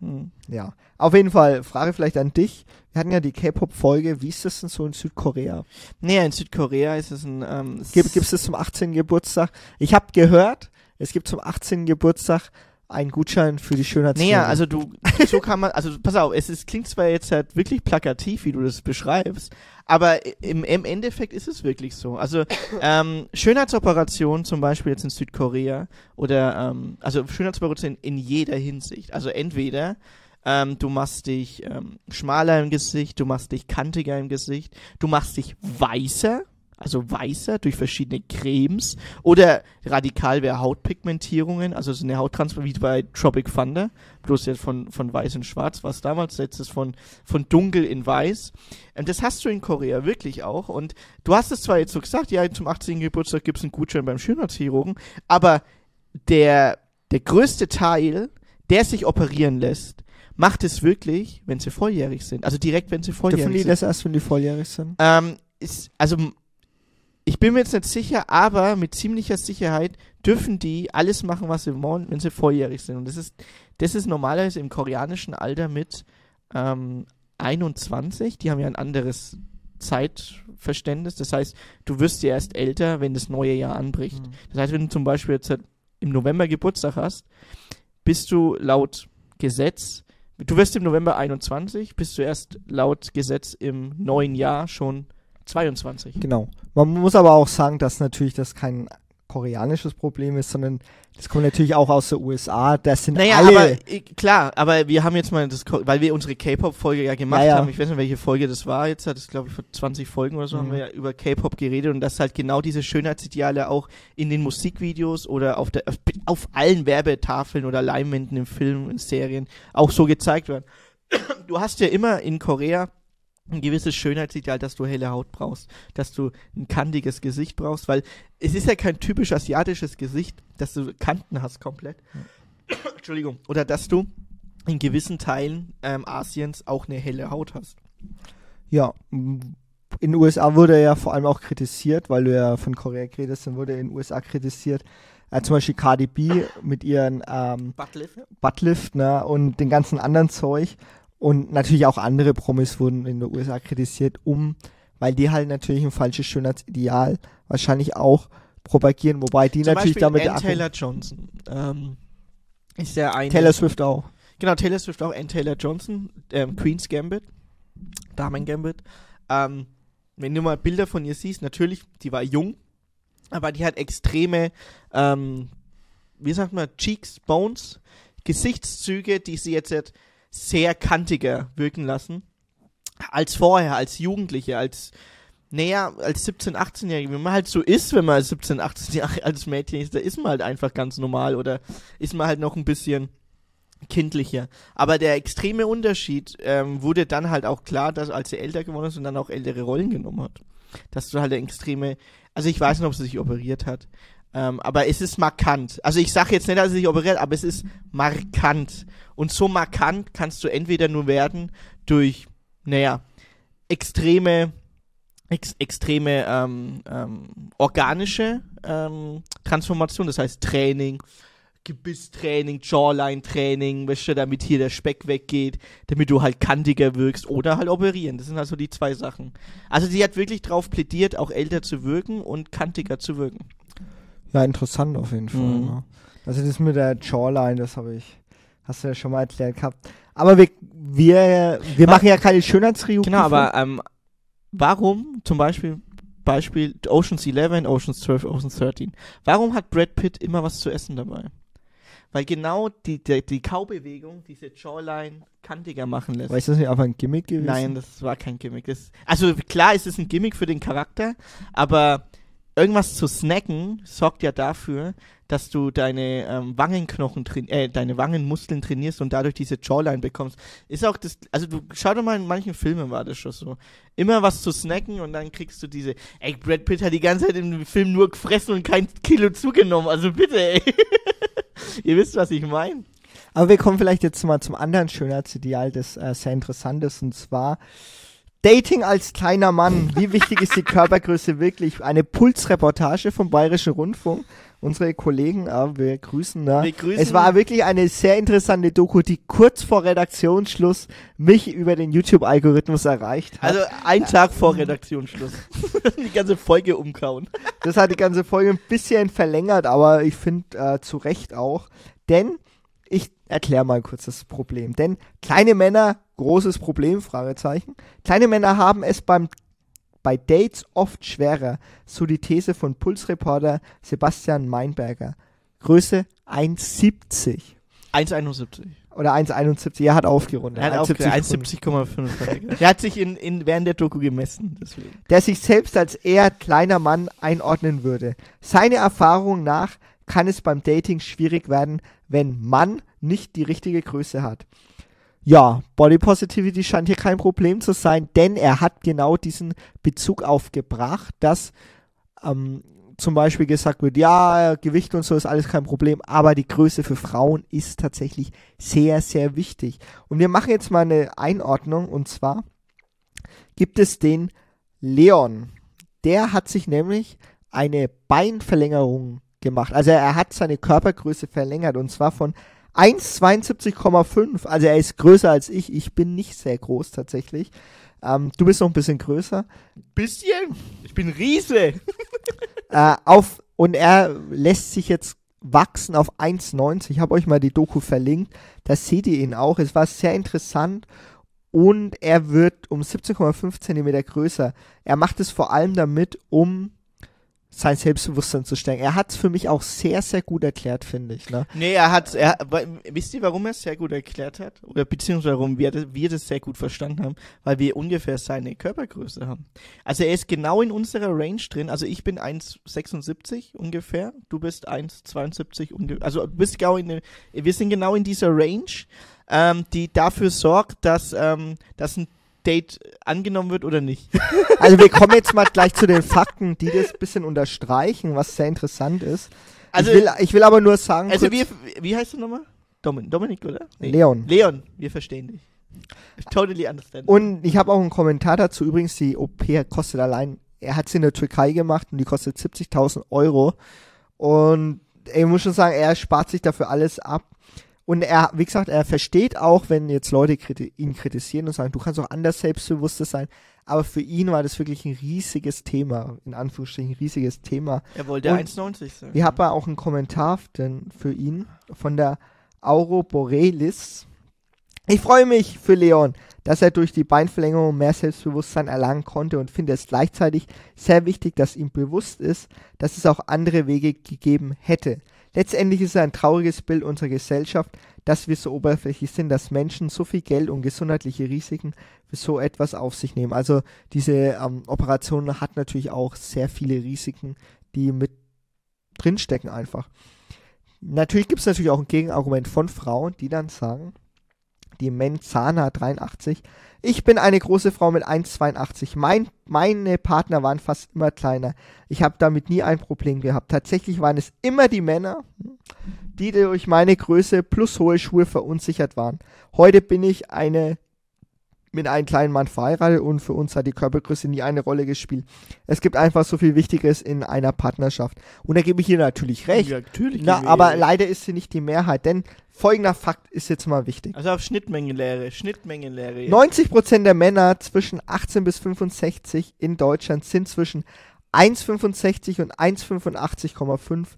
Hm. Ja, auf jeden Fall, Frage vielleicht an dich. Wir hatten ja die K-Pop-Folge, wie ist das denn so in Südkorea? Naja, in Südkorea ist es ein... Ähm, es Gibt es das zum achtzehnten Geburtstag? Ich habe gehört, es gibt zum achtzehnten Geburtstag einen Gutschein für die Schönheitspflege. Naja, also du, so kann man, also pass auf, es ist, klingt zwar jetzt halt wirklich plakativ, wie du das beschreibst, aber im, im Endeffekt ist es wirklich so. Also ähm, Schönheitsoperationen zum Beispiel jetzt in Südkorea oder, ähm, also Schönheitsoperationen in jeder Hinsicht. Also entweder ähm, du machst dich ähm, schmaler im Gesicht, du machst dich kantiger im Gesicht, du machst dich weißer, also weißer durch verschiedene Cremes oder radikal wäre Hautpigmentierungen, also so eine Hauttransformation wie bei Tropic Thunder, bloß jetzt von, von weiß in schwarz, was damals, jetzt ist von, von dunkel in weiß. Und das hast du in Korea wirklich auch und du hast es zwar jetzt so gesagt, ja, zum achtzehnten Geburtstag gibt es einen Gutschein beim Schönheitschirurgen, aber der, der größte Teil, der sich operieren lässt, macht es wirklich, wenn sie volljährig sind, also direkt, wenn sie volljährig Dürfen die sind. das erst, wenn die volljährig sind? Ähm, ist, also ich bin mir jetzt nicht sicher, aber mit ziemlicher Sicherheit dürfen die alles machen, was sie wollen, wenn sie volljährig sind. Und das ist, das ist normalerweise im koreanischen Alter mit ähm, einundzwanzig. Die haben ja ein anderes Zeitverständnis. Das heißt, du wirst ja erst älter, wenn das neue Jahr anbricht. Mhm. Das heißt, wenn du zum Beispiel jetzt im November Geburtstag hast, bist du laut Gesetz, du wirst im November einundzwanzig, bist du erst laut Gesetz im neuen Jahr schon zweiundzwanzig. Genau. Man muss aber auch sagen, dass natürlich das kein koreanisches Problem ist, sondern das kommt natürlich auch aus den U S A. Das sind naja, alle... aber äh, klar, aber wir haben jetzt mal das, weil wir unsere K-Pop-Folge ja gemacht ja, ja. haben, ich weiß nicht, welche Folge das war jetzt, hat es glaube ich vor zwanzig Folgen oder so, mhm. haben wir ja über K-Pop geredet und dass halt genau diese Schönheitsideale auch in den Musikvideos oder auf der auf, auf allen Werbetafeln oder Leinwänden im Film, in Serien auch so gezeigt werden. Du hast ja immer in Korea ein gewisses Schönheitsideal, dass du helle Haut brauchst, dass du ein kantiges Gesicht brauchst, weil es ist ja kein typisch asiatisches Gesicht, dass du Kanten hast komplett. Ja. Entschuldigung. Oder dass du in gewissen Teilen ähm, Asiens auch eine helle Haut hast. Ja, in den U S A wurde ja vor allem auch kritisiert, weil du ja von Korea geredet hast, dann wurde in den U S A kritisiert, äh, zum Beispiel Cardi B mit ihren ähm, Buttlift, Buttlift, ne, und den ganzen anderen Zeug. Und natürlich auch andere Promis wurden in den U S A kritisiert, um, weil die halt natürlich ein falsches Schönheitsideal wahrscheinlich auch propagieren, wobei die Zum natürlich Beispiel damit... Ann Taylor Johnson ähm, ist der eine... Taylor Swift auch. Genau, Taylor Swift auch, Ann Taylor Johnson, ähm, Queen's Gambit, Damen Gambit. Ähm, wenn du mal Bilder von ihr siehst, natürlich, die war jung, aber die hat extreme, ähm, wie sagt man, Cheeks, Bones, Gesichtszüge, die sie jetzt... jetzt sehr kantiger wirken lassen als vorher, als Jugendliche, als naja, als siebzehn-, achtzehnjährige, wenn man halt so ist, wenn man als siebzehn-, achtzehnjährige als Mädchen ist, da ist man halt einfach ganz normal oder ist man halt noch ein bisschen kindlicher. Aber der extreme Unterschied ähm, wurde dann halt auch klar, dass als sie älter geworden ist und dann auch ältere Rollen genommen hat. Dass du halt eine extreme, also ich weiß nicht, ob sie sich operiert hat, Ähm, aber es ist markant. Also ich sage jetzt nicht, dass sie sich operiert, aber es ist markant. Und so markant kannst du entweder nur werden durch, naja, extreme, ex, extreme ähm, ähm, organische ähm, Transformation, das heißt Training, Gebisstraining, Jawline-Training, weißt du, damit hier der Speck weggeht, damit du halt kantiger wirkst oder halt operieren. Das sind also die zwei Sachen. Also sie hat wirklich drauf plädiert, auch älter zu wirken und kantiger zu wirken. Ja, interessant auf jeden Fall. Mhm. Ne? Also das mit der Jawline, das habe ich, hast du ja schon mal erklärt gehabt. Aber wir, wir, wir machen ja keine Schönheitschirurgie. Genau, aber ähm, warum zum Beispiel, Beispiel Ocean's Eleven, Ocean's zwölf, Ocean's dreizehn, warum hat Brad Pitt immer was zu essen dabei? Weil genau die, die, die Kaubewegung diese Jawline kantiger machen lässt. War das nicht einfach ein Gimmick gewesen? Nein, das war kein Gimmick. Das, also klar ist es ein Gimmick für den Charakter, aber irgendwas zu snacken sorgt ja dafür, dass du deine ähm, Wangenknochen, train- äh, deine Wangenmuskeln trainierst und dadurch diese Jawline bekommst. Ist auch das, also du, schau doch mal, in manchen Filmen war das schon so. Immer was zu snacken und dann kriegst du diese, ey, Brad Pitt hat die ganze Zeit im Film nur gefressen und kein Kilo zugenommen, also bitte, ey. Ihr wisst, was ich meine. Aber wir kommen vielleicht jetzt mal zum anderen Schönheitsideal, das äh, sehr interessant ist, und zwar Dating als kleiner Mann. Wie wichtig ist die Körpergröße wirklich? Eine Pulsreportage vom Bayerischen Rundfunk. Unsere Kollegen, äh, wir grüßen da. Wir grüßen. Es war wirklich eine sehr interessante Doku, die kurz vor Redaktionsschluss mich über den YouTube-Algorithmus erreicht hat. Also ein Tag vor Redaktionsschluss. Die ganze Folge umkauen. Das hat die ganze Folge ein bisschen verlängert, aber ich finde äh, zu Recht auch. Denn, ich erkläre mal kurz das Problem. Denn kleine Männer, großes Problem, Fragezeichen. Kleine Männer haben es beim bei Dates oft schwerer, so die These von Pulsreporter Sebastian Meinberger. Größe eins siebzig. eins einundsiebzig. Oder eins einundsiebzig, er hat aufgerundet. Er hat aufgerundet, eins siebzig Komma fünf. Er hat sich in, in, während der Doku gemessen. Deswegen. Der sich selbst als eher kleiner Mann einordnen würde. Seiner Erfahrung nach kann es beim Dating schwierig werden, wenn Mann nicht die richtige Größe hat. Ja, Body Positivity scheint hier kein Problem zu sein, denn er hat genau diesen Bezug aufgebracht, dass ähm, zum Beispiel gesagt wird, ja, Gewicht und so ist alles kein Problem, aber die Größe für Frauen ist tatsächlich sehr, sehr wichtig. Und wir machen jetzt mal eine Einordnung, und zwar gibt es den Leon. Der hat sich nämlich eine Beinverlängerung gemacht. Also er hat seine Körpergröße verlängert, und zwar von eins zweiundsiebzig Komma fünf, also er ist größer als ich. Ich bin nicht sehr groß tatsächlich. Ähm, du bist noch ein bisschen größer. Bisschen? Ich bin Riese. äh, auf, und er lässt sich jetzt wachsen auf eins neunzig. Ich habe euch mal die Doku verlinkt. Da seht ihr ihn auch. Es war sehr interessant. Und er wird um siebzehn Komma fünf Zentimeter größer. Er macht es vor allem damit, um sein Selbstbewusstsein zu stärken. Er hat es für mich auch sehr, sehr gut erklärt, finde ich. Ne? Nee, er hat, er, wisst ihr, warum er es sehr gut erklärt hat? Oder beziehungsweise warum wir das, wir das sehr gut verstanden haben? Weil wir ungefähr seine Körpergröße haben. Also er ist genau in unserer Range drin. Also ich bin eins sechsundsiebzig ungefähr. Du bist eins zweiundsiebzig ungefähr. Also du bist genau in der, wir sind genau in dieser Range, ähm, die dafür sorgt, dass, ähm, dass ein Date angenommen wird oder nicht. Also wir kommen jetzt mal gleich zu den Fakten, die das ein bisschen unterstreichen, was sehr interessant ist. Also ich, will, ich will aber nur sagen... Also wie, wie heißt du nochmal? Domin, Dominik, oder? Nee. Leon. Leon, wir verstehen dich. Totally understand. Und ich habe auch einen Kommentar dazu. Übrigens, die O P kostet allein, er hat sie in der Türkei gemacht und die kostet siebzigtausend Euro. Und ich muss schon sagen, er spart sich dafür alles ab. Und er, wie gesagt, er versteht auch, wenn jetzt Leute kriti- ihn kritisieren und sagen, du kannst auch anders selbstbewusster sein. Aber für ihn war das wirklich ein riesiges Thema, in Anführungsstrichen ein riesiges Thema. Er wollte eins neunzig sein. Wir haben auch einen Kommentar denn für ihn von der Auro Borelis. Ich freue mich für Leon, dass er durch die Beinverlängerung mehr Selbstbewusstsein erlangen konnte und finde es gleichzeitig sehr wichtig, dass ihm bewusst ist, dass es auch andere Wege gegeben hätte. Letztendlich ist es ein trauriges Bild unserer Gesellschaft, dass wir so oberflächlich sind, dass Menschen so viel Geld und gesundheitliche Risiken für so etwas auf sich nehmen. Also diese ähm, Operation hat natürlich auch sehr viele Risiken, die mit drinstecken einfach. Natürlich gibt es natürlich auch ein Gegenargument von Frauen, die dann sagen, die Menzana dreiundachtzig, ich bin eine große Frau mit eins zweiundachtzig. Mein, meine Partner waren fast immer kleiner. Ich habe damit nie ein Problem gehabt. Tatsächlich waren es immer die Männer, die durch meine Größe plus hohe Schuhe verunsichert waren. Heute bin ich eine mit einem kleinen Mann verheiratet und für uns hat die Körpergröße nie eine Rolle gespielt. Es gibt einfach so viel Wichtiges in einer Partnerschaft. Und da gebe ich ihr natürlich recht. Ja, natürlich. Na, aber leider ist sie nicht die Mehrheit, denn folgender Fakt ist jetzt mal wichtig. Also auf Schnittmengenlehre, Schnittmengenlehre. neunzig Prozent der Männer zwischen achtzehn bis fünfundsechzig in Deutschland sind zwischen eins Komma fünfundsechzig und eins Komma fünfundachtzig Komma fünf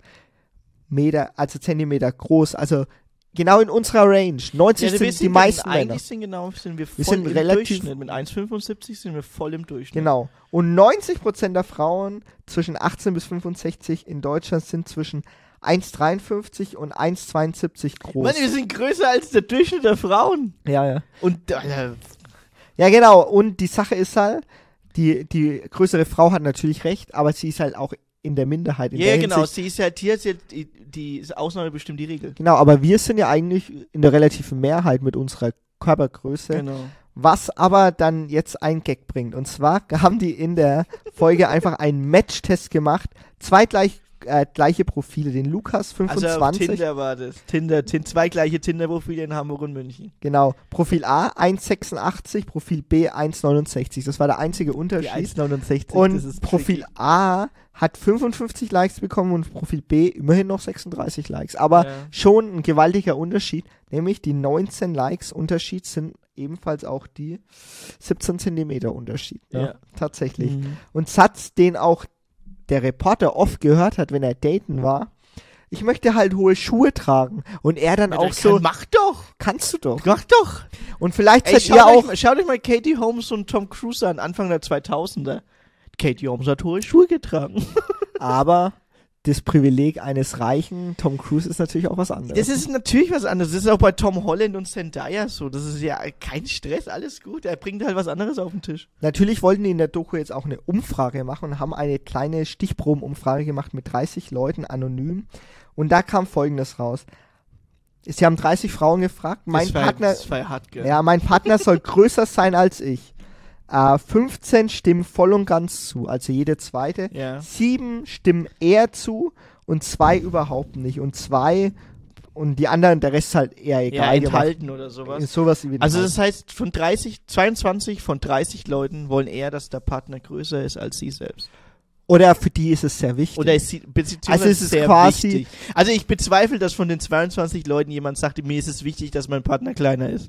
Meter, also Zentimeter groß. Also genau in unserer Range. neunzig ja, sind, sind die meisten eigentlich Männer. Sind genau, sind wir voll wir sind im relativ Durchschnitt. Mit eins Komma fünfundsiebzig sind wir voll im Durchschnitt. Genau. Und neunzig Prozent der Frauen zwischen achtzehn bis fünfundsechzig in Deutschland sind zwischen eins Komma dreiundfünfzig und eins Komma zweiundsiebzig groß. Mann, wir sind größer als der Durchschnitt der Frauen. Ja, ja. Und äh, ja, genau. Und die Sache ist halt, die, die größere Frau hat natürlich recht, aber sie ist halt auch in der Minderheit. In ja, der genau. Hinsicht. Sie ist ja hier, sie hat die, die Ausnahme bestimmt die Regel. Genau, aber wir sind ja eigentlich in der relativen Mehrheit mit unserer Körpergröße. Genau. Was aber dann jetzt ein Gag bringt. Und zwar haben die in der Folge einfach einen Match-Test gemacht. Zwei gleich äh, gleiche Profile. Den Lukas fünfundzwanzig. Also auf Tinder war das. Tinder, tin, zwei gleiche Tinder-Profile in Hamburg und München. Genau. Profil A eins Komma sechsundachtzig, Profil B eins Komma neunundsechzig. Das war der einzige Unterschied. Die eins Komma neunundsechzig, und das ist Profil tricky. A hat fünfundfünfzig Likes bekommen und Profil B immerhin noch sechsunddreißig Likes. Aber Ja. schon ein gewaltiger Unterschied, nämlich die neunzehn Likes Unterschied sind ebenfalls auch die siebzehn Zentimeter Unterschied. Ne? Ja. Tatsächlich. Mhm. Und Satz, den auch der Reporter oft gehört hat, wenn er daten war, ich möchte halt hohe Schuhe tragen. Und er dann Ja, auch dann so, kann, mach doch! kannst du doch. Mach doch! Und vielleicht Ey, seid schaut, ihr euch auch, mal, schaut euch mal Katie Holmes und Tom Cruise an, Anfang der zweitausender. Katie Holmes hat hohe Schuhe getragen. aber das Privileg eines reichen Tom Cruise ist natürlich auch was anderes. Das ist natürlich was anderes. Das ist auch bei Tom Holland und Zendaya so. Das ist ja kein Stress, alles gut. Er bringt halt was anderes auf den Tisch. Natürlich wollten die in der Doku jetzt auch eine Umfrage machen und haben eine kleine Stichprobenumfrage gemacht mit dreißig Leuten anonym. Und da kam Folgendes raus. Sie haben dreißig Frauen gefragt. Mein das war, Partner, das war hart, gell? ja, mein Partner soll größer sein als ich. Äh, fünfzehn stimmen voll und ganz zu, also jede zweite. Ja. Sieben stimmen eher zu und zwei überhaupt nicht. Und zwei und die anderen, der Rest ist halt eher Ja, egal. enthalten oder sowas. Ist sowas wie Also das heißt, von dreißig, zweiundzwanzig von dreißig Leuten wollen eher, dass der Partner größer ist als sie selbst. Oder für die ist es sehr wichtig. Oder ist sie, beziehungsweise Also es ist sehr quasi- wichtig. Also ich bezweifle, dass von den zweiundzwanzig Leuten jemand sagt, mir ist es wichtig, dass mein Partner kleiner ist.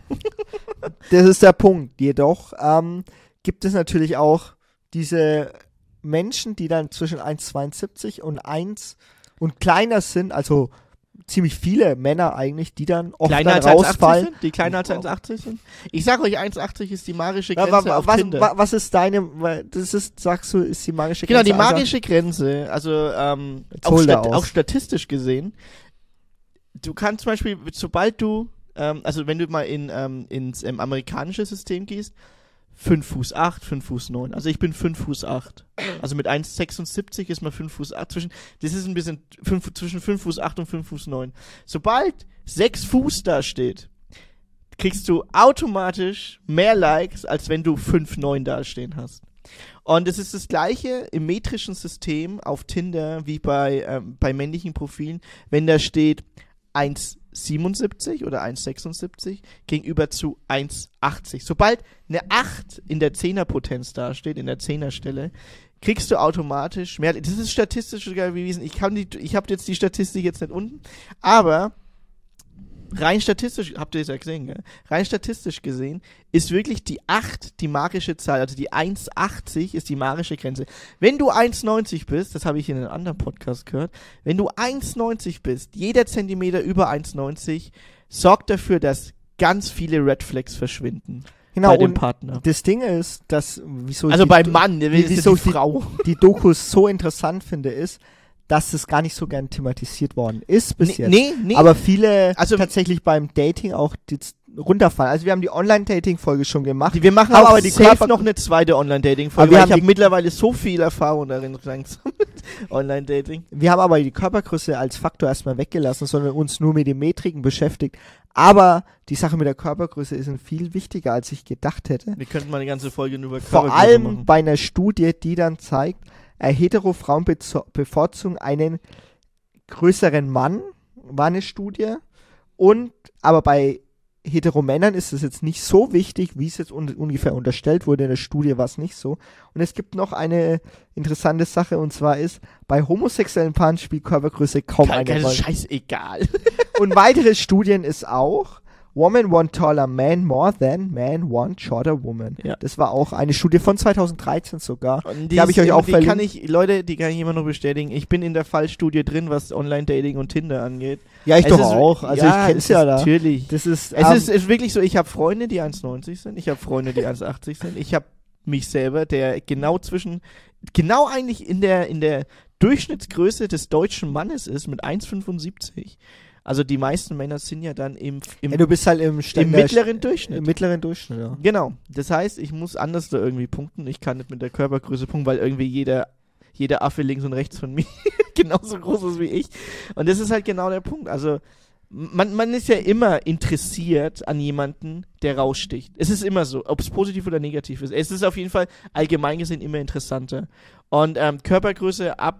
Das ist der Punkt. Jedoch ähm, gibt es natürlich auch diese Menschen, die dann zwischen eins Komma zweiundsiebzig und eins und kleiner sind, also ziemlich viele Männer eigentlich, die dann oft Kleiner dann als eins Komma achtzig rausfallen. sind? Die kleiner als eins Komma achtzig sind? Ich sag euch, eins Komma achtzig ist die magische Ja, Grenze wa, auf was, Tinder. wa, was ist deine, weil das ist, sagst du, ist die magische Genau, Grenze? die magische Grenze, also ähm, Jetzt auch, hol da stat aus. auch statistisch gesehen, du kannst zum Beispiel, sobald du, ähm, also wenn du mal in, ähm, ins ähm, amerikanische System gehst, fünf Fuß acht, fünf Fuß neun. Also ich bin fünf Fuß acht. Also mit eins Komma sechsundsiebzig ist man fünf Fuß acht. Zwischen, das ist ein bisschen fünf, zwischen fünf Fuß acht und fünf Fuß neun. Sobald sechs Fuß da steht, kriegst du automatisch mehr Likes, als wenn du fünf neun da stehen hast. Und es ist das gleiche im metrischen System auf Tinder wie bei, ähm, bei männlichen Profilen, wenn da steht eins Komma siebenundsiebzig oder eins Komma sechsundsiebzig gegenüber zu eins Komma achtzig. Sobald eine acht in der Zehnerpotenz dasteht, in der Zehnerstelle, kriegst du automatisch mehr. Das ist statistisch sogar bewiesen. Ich kann die, ich habe jetzt die Statistik jetzt nicht unten, aber rein statistisch, habt ihr es ja gesehen, gell? Rein statistisch gesehen ist wirklich die acht die magische Zahl, also die eins Komma achtzig ist die magische Grenze. Wenn du eins Komma neunzig bist, das habe ich in einem anderen Podcast gehört, wenn du eins Komma neunzig bist, jeder Zentimeter über eins Komma neunzig sorgt dafür, dass ganz viele Red Flags verschwinden Genau, bei dem und Partner. das Ding ist, dass, wieso Also ich beim die, Mann, der wie- ist wieso die Frau. die, die Dokus so interessant finde, ist, dass es gar nicht so gern thematisiert worden ist bis Nee, jetzt. nee, nee. Aber viele Also- tatsächlich beim Dating auch jetzt runterfallen. Also wir haben die Online-Dating-Folge schon gemacht. Wir machen Aber aber aber die die safe Körper- noch eine zweite Online-Dating-Folge, Aber wir weil haben ich habe die- mittlerweile so viel Erfahrung darin langsam mit Online-Dating. Wir haben aber die Körpergröße als Faktor erstmal weggelassen, sondern uns nur mit den Metriken beschäftigt. Aber die Sache mit der Körpergröße ist viel wichtiger, als ich gedacht hätte. Wir könnten mal eine ganze Folge nur über Vor Körpergröße allem machen. bei einer Studie, die dann zeigt, äh, hetero Frauen bezo- bevorzugen einen größeren Mann, war eine Studie. Und aber bei hetero Männern ist es jetzt nicht so wichtig, wie es jetzt un ungefähr unterstellt wurde. In der Studie war es nicht so. Und es gibt noch eine interessante Sache, und zwar ist, bei homosexuellen Paaren spielt Körpergröße kaum Kein, eine kein Rolle. scheißegal. Und weitere Studien ist auch, Woman want taller man more than man want shorter woman. Ja. Das war auch eine Studie von zweitausenddreizehn sogar. Und Die habe ich euch auch die kann verlinkt. ich, Leute, die kann ich immer noch bestätigen. Ich bin in der Fallstudie drin, was Online-Dating und Tinder angeht. Ja, ich Es doch ist- auch. Also ja, ich kenn's es ja ist da. Natürlich. Das ist, Es ähm, ist, ist wirklich so, ich habe Freunde, die eins neunzig sind. Ich habe Freunde, die eins achtzig sind. Ich habe mich selber, der genau zwischen, genau eigentlich in der, in der Durchschnittsgröße des deutschen Mannes ist, mit eins fünfundsiebzig. Also die meisten Männer sind ja dann im, im, ja, du bist halt im, im Ständer- mittleren Durchschnitt. Im mittleren Durchschnitt, ja. Genau. Das heißt, ich muss anders da irgendwie punkten. Ich kann nicht mit der Körpergröße punkten, weil irgendwie jeder, jeder Affe links und rechts von mir genauso groß ist wie ich. Und das ist halt genau der Punkt. Also man, man ist ja immer interessiert an jemanden, der raussticht. Es ist immer so, ob es positiv oder negativ ist. Es ist auf jeden Fall allgemein gesehen immer interessanter. Und ähm, Körpergröße ab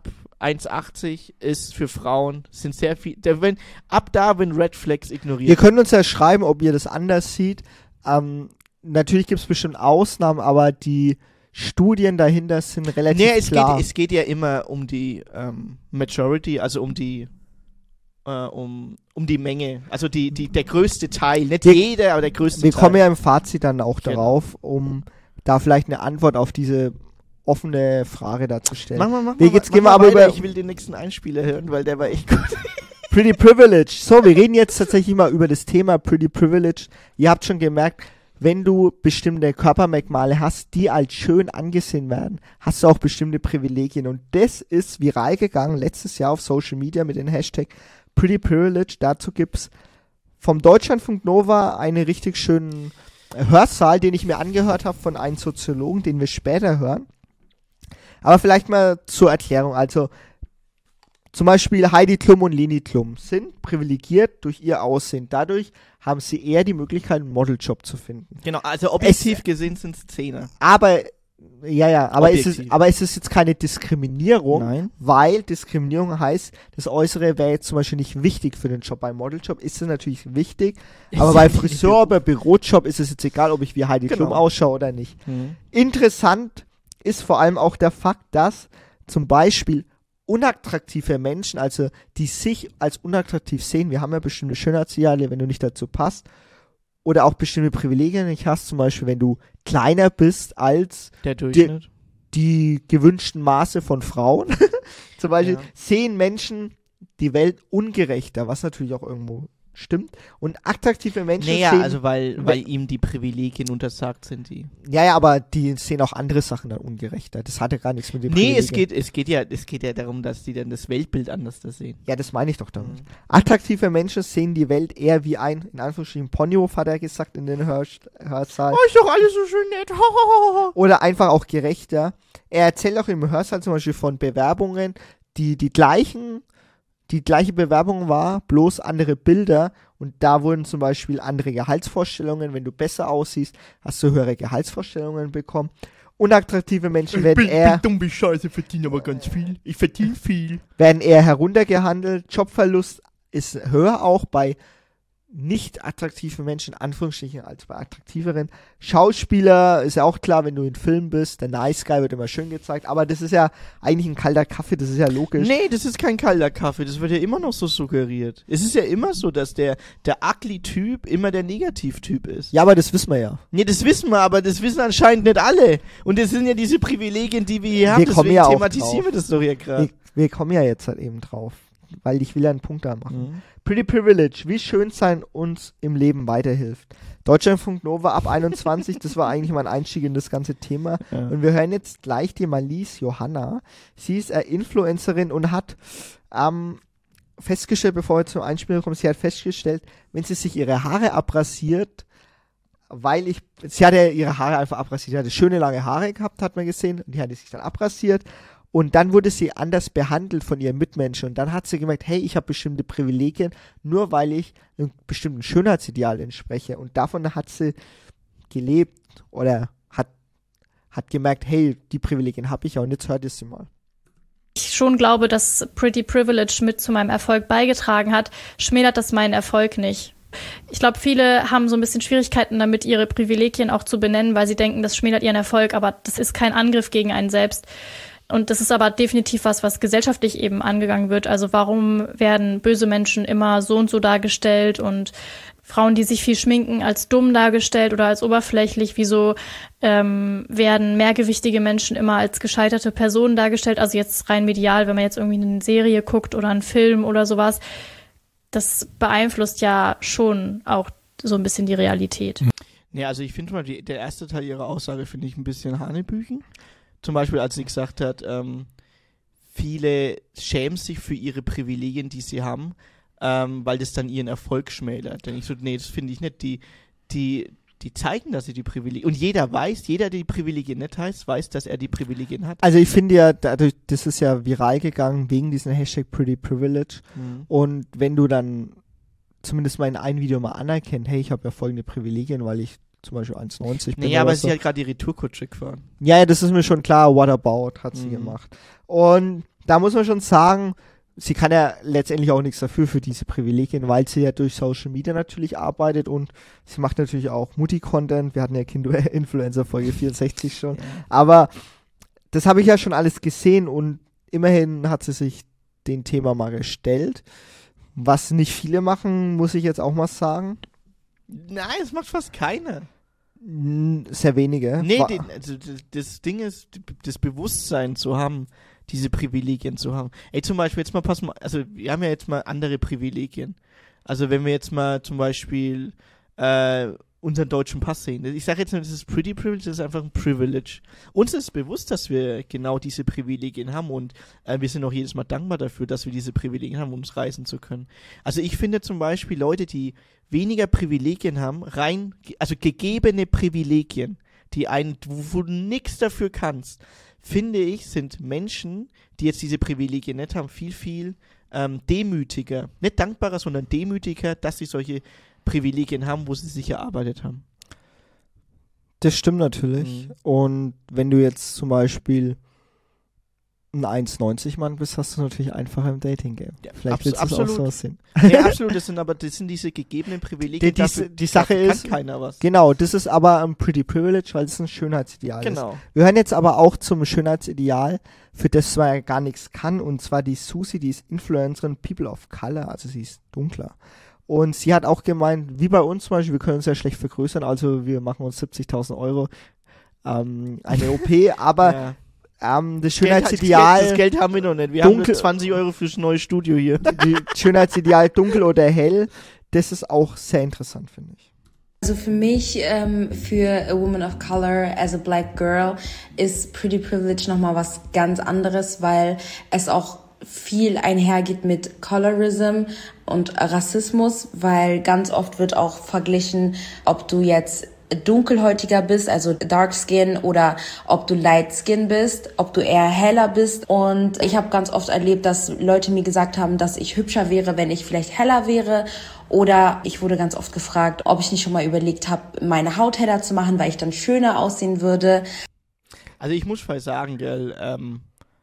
eins achtzig ist für Frauen, sind sehr viel, der, wenn, ab da, wenn Red Flags ignoriert. Ihr könnt uns ja schreiben, ob ihr das anders seht. Ähm, natürlich gibt es bestimmt Ausnahmen, aber die Studien dahinter sind relativ nee, es klar. Geht, es geht ja immer um die ähm, Majority, also um die äh, um, um die Menge, also die, die, der größte Teil, nicht wir, jeder, aber der größte wir Teil. Wir kommen ja im Fazit dann auch genau. darauf, um da vielleicht eine Antwort auf diese offene Frage darzustellen. Mach mal, mach wir mal, jetzt mach gehen mal wir aber weiter. über Ich will den nächsten Einspieler hören, weil der war echt gut. Pretty Privilege. So, wir reden jetzt tatsächlich mal über das Thema Pretty Privilege. Ihr habt schon gemerkt, wenn du bestimmte Körpermerkmale hast, die als schön angesehen werden, hast du auch bestimmte Privilegien. Und das ist viral gegangen letztes Jahr auf Social Media mit dem Hashtag Pretty Privilege. Dazu gibt's vom Deutschlandfunk Nova einen richtig schönen Hörsaal, den ich mir angehört habe von einem Soziologen, den wir später hören. Aber vielleicht mal zur Erklärung. Also zum Beispiel Heidi Klum und Leni Klum sind privilegiert durch ihr Aussehen. Dadurch haben sie eher die Möglichkeit, einen Modeljob zu finden. Genau, also objektiv es, gesehen sind es Zehner. Aber, ja, ja, aber es, ist, aber es ist jetzt keine Diskriminierung, Nein. Weil Diskriminierung heißt, das Äußere wäre jetzt zum Beispiel nicht wichtig für den Job. Beim Modeljob ist es natürlich wichtig, ist aber bei Friseur oder Bürojob ist es jetzt egal, ob ich wie Heidi genau. Klum ausschaue oder nicht. Mhm. Interessant ist vor allem auch der Fakt, dass zum Beispiel unattraktive Menschen, also die sich als unattraktiv sehen, wir haben ja bestimmte Schönheitsideale, wenn du nicht dazu passt, oder auch bestimmte Privilegien nicht hast, zum Beispiel wenn du kleiner bist als der Durchschnitt, die, die gewünschten Maße von Frauen, zum Beispiel ja. sehen Menschen die Welt ungerechter, was natürlich auch irgendwo stimmt. Und attraktive Menschen naja, sehen... also weil, weil ihm die Privilegien untersagt sind, die... Ja, ja, aber die sehen auch andere Sachen dann ungerechter. Das hat ja gar nichts mit dem Nee, es geht, es geht ja, es geht ja darum, dass die dann das Weltbild anders da sehen. Ja, das meine ich doch damit. Mhm. Attraktive Menschen sehen die Welt eher wie ein, in Anführungsstrichen, Ponyhof, hat er gesagt in den Hör Hörsaal. Oh, ist doch alles so schön nett. Oder einfach auch gerechter. Er erzählt auch im Hörsaal zum Beispiel von Bewerbungen, die die gleichen die gleiche Bewerbung war, bloß andere Bilder und da wurden zum Beispiel andere Gehaltsvorstellungen, wenn du besser aussiehst, hast du höhere Gehaltsvorstellungen bekommen. Unattraktive Menschen werden ich bin, eher... Ich bin dumm wie Scheiße, verdiene aber ganz viel. Ich verdiene viel. Werden eher heruntergehandelt. Jobverlust ist höher auch bei nicht attraktiven Menschen, in Anführungsstrichen, als bei attraktiveren. Schauspieler ist ja auch klar, wenn du in Film bist, der Nice Guy wird immer schön gezeigt, aber das ist ja eigentlich ein kalter Kaffee, das ist ja logisch. Nee, das ist kein kalter Kaffee, das wird ja immer noch so suggeriert. Es ist ja immer so, dass der, der ugly-Typ immer der Negativ-Typ ist. Ja, aber das wissen wir ja. Nee, das wissen wir, aber das wissen anscheinend nicht alle. Und das sind ja diese Privilegien, die wir hier haben, wir deswegen ja thematisieren wir das doch hier gerade. Wir, wir kommen ja jetzt halt eben drauf, weil ich will ja einen Punkt da machen. Mhm. Pretty Privilege, wie schön sein uns im Leben weiterhilft. Deutschlandfunk Nova ab einundzwanzig, das war eigentlich mein Einstieg in das ganze Thema. Ja. Und wir hören jetzt gleich die Malise Johanna. Sie ist äh, Influencerin und hat ähm, festgestellt, bevor wir zum Einspiel kommen, sie hat festgestellt, wenn sie sich ihre Haare abrasiert, weil ich, sie hatte ihre Haare einfach abrasiert, sie hatte schöne lange Haare gehabt, hat man gesehen, und die hatte sich dann abrasiert. Und dann wurde sie anders behandelt von ihren Mitmenschen. Und dann hat sie gemerkt, hey, ich habe bestimmte Privilegien, nur weil ich einem bestimmten Schönheitsideal entspreche. Und davon hat sie gelebt oder hat, hat gemerkt, hey, die Privilegien habe ich ja. Und jetzt hört ihr sie mal. Ich schon glaube, dass Pretty Privilege mit zu meinem Erfolg beigetragen hat, schmälert das meinen Erfolg nicht. Ich glaube, viele haben so ein bisschen Schwierigkeiten damit, ihre Privilegien auch zu benennen, weil sie denken, das schmälert ihren Erfolg. Aber das ist kein Angriff gegen einen selbst. Und das ist aber definitiv was, was gesellschaftlich eben angegangen wird. Also warum werden böse Menschen immer so und so dargestellt und Frauen, die sich viel schminken, als dumm dargestellt oder als oberflächlich? Wieso ähm, werden mehrgewichtige Menschen immer als gescheiterte Personen dargestellt? Also jetzt rein medial, wenn man jetzt irgendwie eine Serie guckt oder einen Film oder sowas. Das beeinflusst ja schon auch so ein bisschen die Realität. Ja, also ich finde mal, die, der erste Teil ihrer Aussage finde ich ein bisschen hanebüchen. Zum Beispiel, als sie gesagt hat, ähm, viele schämen sich für ihre Privilegien, die sie haben, ähm, weil das dann ihren Erfolg schmälert. Dann ich so, nee, das finde ich nicht. Die, die, die zeigen, dass sie die Privilegien, und jeder weiß, jeder, der die Privilegien nicht heißt, weiß, dass er die Privilegien hat. Also ich finde ja, dadurch, das ist ja viral gegangen wegen diesem Hashtag Pretty Privilege. Mhm. Und wenn du dann zumindest mal in einem Video mal anerkennst, hey, ich habe ja folgende Privilegien, weil ich zum Beispiel eins neunzig bin. Naja, aber so. sie hat gerade die Retourkutsche gefahren. Ja, ja, das ist mir schon klar. What about hat sie mhm. gemacht. Und da muss man schon sagen, sie kann ja letztendlich auch nichts dafür für diese Privilegien, weil sie ja durch Social Media natürlich arbeitet und sie macht natürlich auch Mutti-Content. Wir hatten ja Kinder-Influencer-Folge vierundsechzig schon. Ja. Aber das habe ich ja schon alles gesehen und immerhin hat sie sich dem Thema mal gestellt. Was nicht viele machen, muss ich jetzt auch mal sagen. Nein, das macht fast keiner. Sehr wenige. Nee, Wa- den, also das Ding ist, das Bewusstsein zu haben, diese Privilegien zu haben. Ey, zum Beispiel, jetzt mal pass mal, also wir haben ja jetzt mal andere Privilegien. Also wenn wir jetzt mal zum Beispiel äh, unseren deutschen Pass sehen. Ich sage jetzt nicht, das ist Pretty Privilege, das ist einfach ein Privilege. Uns ist bewusst, dass wir genau diese Privilegien haben und äh, wir sind auch jedes Mal dankbar dafür, dass wir diese Privilegien haben, um uns reisen zu können. Also ich finde zum Beispiel Leute, die weniger Privilegien haben, rein, also gegebene Privilegien, die einen, wo, wo du nichts dafür kannst, finde ich, sind Menschen, die jetzt diese Privilegien nicht haben, viel, viel ähm, demütiger. Nicht dankbarer, sondern demütiger, dass sie solche Privilegien haben, wo sie sich erarbeitet haben. Das stimmt natürlich. Mhm. Und wenn du jetzt zum Beispiel ein eins neunzig Mann bist, hast du natürlich einfacher im Dating-Game. Ja, Vielleicht abs- willst du es auch so sehen. Ja, absolut. Das sind aber das sind diese gegebenen Privilegien. Die, die, dafür, die Sache dafür ist, kann keiner was. Genau, das ist aber ein Pretty Privilege, weil es ein Schönheitsideal genau. ist. Wir hören jetzt aber auch zum Schönheitsideal, für das man ja gar nichts kann, und zwar die Susi, die ist Influencerin People of Color, also sie ist dunkler. Und sie hat auch gemeint, wie bei uns zum Beispiel, wir können uns ja schlecht vergrößern, also wir machen uns siebzigtausend Euro ähm, eine O P, aber ja. ähm, das Schönheitsideal... Das Geld, das Geld haben wir noch nicht, wir dunkel, haben nur zwanzig Euro fürs neue Studio hier. Die Schönheitsideal dunkel oder hell, das ist auch sehr interessant, finde ich. Also für mich, ähm, für a woman of color, as a black girl, ist Pretty Privilege nochmal was ganz anderes, weil es auch viel einhergeht mit Colorism und Rassismus, weil ganz oft wird auch verglichen, ob du jetzt dunkelhäutiger bist, also dark skin, oder ob du light skin bist, ob du eher heller bist. Und ich habe ganz oft erlebt, dass Leute mir gesagt haben, dass ich hübscher wäre, wenn ich vielleicht heller wäre. Oder ich wurde ganz oft gefragt, ob ich nicht schon mal überlegt habe, meine Haut heller zu machen, weil ich dann schöner aussehen würde. Also ich muss voll sagen, gell, ähm,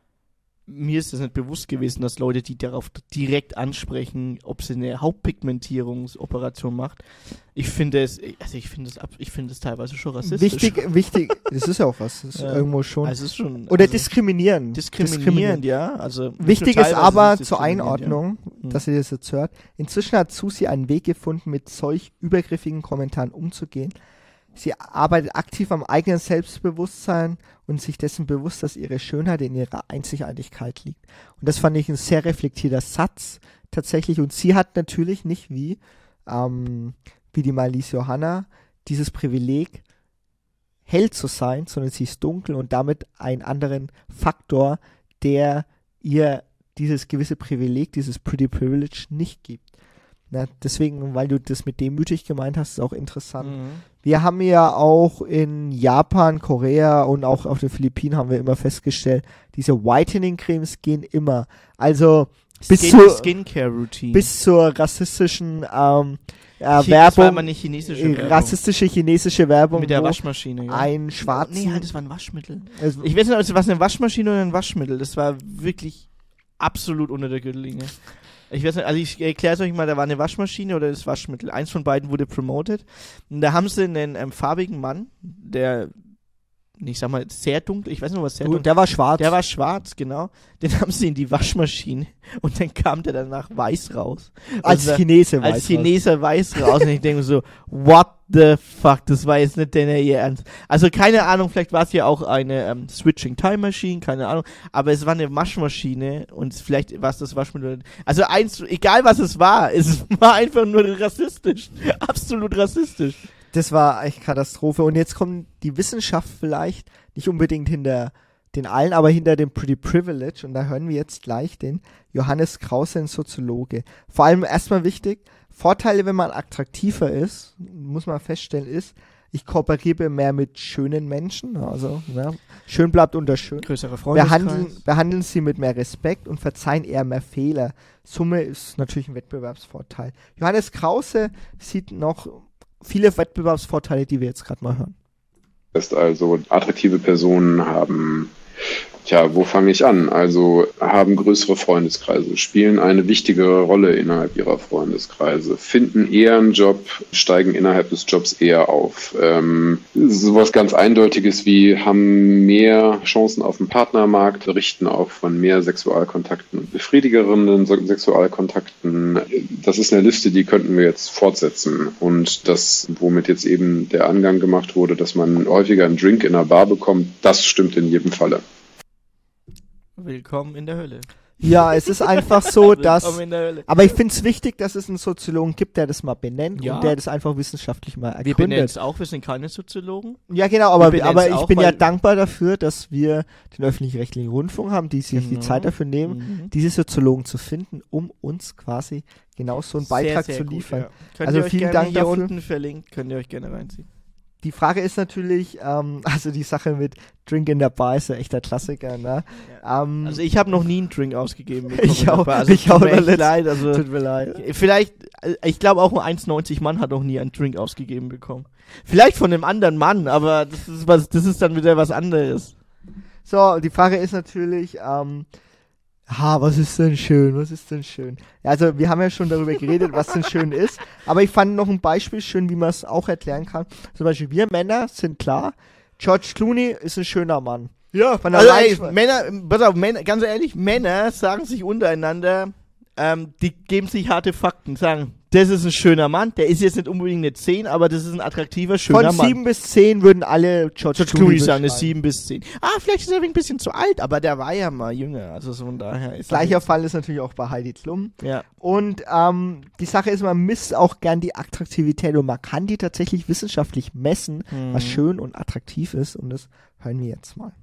mir ist das nicht bewusst gewesen, dass Leute, die darauf direkt ansprechen, ob sie eine Hautpigmentierungsoperation macht. Ich finde es, also ich finde es, ich finde es teilweise schon rassistisch. Wichtig, wichtig, das ist ja auch was, das ist ja. irgendwo schon. Also es ist schon Oder also diskriminieren. diskriminieren. Diskriminieren, ja. Also wichtig ist aber zur Einordnung, ja. dass ihr das jetzt hört. Inzwischen hat Susi einen Weg gefunden, mit solch übergriffigen Kommentaren umzugehen. Sie arbeitet aktiv am eigenen Selbstbewusstsein und sich dessen bewusst, dass ihre Schönheit in ihrer Einzigartigkeit liegt. Und das fand ich ein sehr reflektierter Satz tatsächlich. Und sie hat natürlich nicht wie, ähm, wie die Marlies Johanna dieses Privileg, hell zu sein, sondern sie ist dunkel und damit einen anderen Faktor, der ihr dieses gewisse Privileg, dieses Pretty Privilege nicht gibt. Na, deswegen, weil du das mit demütig gemeint hast, ist auch interessant. Mhm. Wir haben ja auch in Japan, Korea und auch auf den Philippinen haben wir immer festgestellt, diese Whitening-Cremes gehen immer. Also bis Skin, zur Skincare-Routine. Bis zur rassistischen ähm, äh, Ch- Werbung. Das war aber nicht chinesische Werbung. Rassistische chinesische Werbung. Mit der Waschmaschine, ja. Ein schwarzen... Nee, halt, das war ein Waschmittel. Also, ich weiß nicht, ob es war eine Waschmaschine oder ein Waschmittel. Das war wirklich absolut unter der Gürtellinie. Ich weiß nicht, also ich erkläre es euch mal, da war eine Waschmaschine oder das Waschmittel. Eins von beiden wurde promoted. Und da haben sie einen ähm, farbigen Mann, der, ich sag mal, sehr dunkel, ich weiß nicht, was sehr dunkel. Der war schwarz. Der war schwarz, genau. Den haben sie in die Waschmaschine und dann kam der danach weiß raus. Als also, Chinese weiß Als Chineser raus. weiß raus. Und ich denke so, what the fuck, das war jetzt nicht deiner ihr Ernst. Also keine Ahnung, vielleicht war es ja auch eine ähm, Switching Time Machine, keine Ahnung. Aber es war eine Waschmaschine und vielleicht war es das Waschmittel. Also eins, egal was es war, es war einfach nur rassistisch. Absolut rassistisch. Das war echt Katastrophe. Und jetzt kommt die Wissenschaft vielleicht nicht unbedingt hinter den allen, aber hinter dem Pretty Privilege. Und da hören wir jetzt gleich den Johannes Krause, ein Soziologe. Vor allem erstmal wichtig, Vorteile, wenn man attraktiver ist, muss man feststellen, ist, ich kooperiere mehr mit schönen Menschen, also ja, schön bleibt unter schön. Größere Freundeskreis. Behandeln, behandeln sie mit mehr Respekt und verzeihen eher mehr Fehler. Summe ist natürlich ein Wettbewerbsvorteil. Johannes Krause sieht noch viele Wettbewerbsvorteile, die wir jetzt gerade mal hören. Das heißt also, attraktive Personen haben Tja, wo fange ich an? Also haben größere Freundeskreise, spielen eine wichtigere Rolle innerhalb ihrer Freundeskreise, finden eher einen Job, steigen innerhalb des Jobs eher auf. Ähm, sowas ganz Eindeutiges wie haben mehr Chancen auf dem Partnermarkt, berichten auch von mehr Sexualkontakten und befriedigerenden Sexualkontakten. Das ist eine Liste, die könnten wir jetzt fortsetzen. Und das, womit jetzt eben der Angang gemacht wurde, dass man häufiger einen Drink in einer Bar bekommt, das stimmt in jedem Falle. Willkommen in der Hölle. Ja, es ist einfach so, dass... Willkommen in der Hölle. Aber ich finde es wichtig, dass es einen Soziologen gibt, der das mal benennt Ja. und der das einfach wissenschaftlich mal Wir benennen ergründet. es auch, wir sind keine Soziologen. Ja, genau, Wir aber, benennen's aber ich auch, bin ja weil- dankbar dafür, dass wir den öffentlich-rechtlichen Rundfunk haben, die sich Genau. die Zeit dafür nehmen, Mhm. diese Soziologen zu finden, um uns quasi genau so einen Beitrag sehr, sehr zu gut, liefern. ja. Könnt Also ihr euch vielen gerne Dank hier dafür. unten verlinkt, könnt ihr euch gerne reinziehen. Die Frage ist natürlich, ähm, also die Sache mit Drink in der Bar ist ja echter Klassiker, ne? Ähm, Also ich habe noch nie einen Drink ausgegeben bekommen. Ich auch- Also ich tut auch mir noch echt nicht. leid, also tut mir leid. vielleicht, äh, ich glaube auch ein eins neunzig Mann hat noch nie einen Drink ausgegeben bekommen. Vielleicht von einem anderen Mann, aber das ist was, das ist dann wieder was anderes. So, die Frage ist natürlich, ähm, ha, was ist denn schön, was ist denn schön? Ja, also wir haben ja schon darüber geredet, was denn schön ist, aber ich fand noch ein Beispiel schön, wie man es auch erklären kann. Zum Beispiel, wir Männer sind klar, George Clooney ist ein schöner Mann. Ja, Von der also ey, Reichweite- Männer, pass auf, Männer, ganz ehrlich, Männer sagen sich untereinander, ähm, die geben sich harte Fakten, sagen, das ist ein schöner Mann, der ist jetzt nicht unbedingt eine zehn, aber das ist ein attraktiver, schöner Von Mann. sieben bis zehn würden alle George, George Clooney sagen, eine beschreiben. sieben bis zehn. Ah, vielleicht ist er ein bisschen zu alt, aber der war ja mal jünger, also so von daher ist Gleicher Fall ist natürlich auch bei Heidi Klum. Ja. Und ähm, die Sache ist, man misst auch gern die Attraktivität und man kann die tatsächlich wissenschaftlich messen, Mhm. was schön und attraktiv ist. Und das hören wir jetzt mal.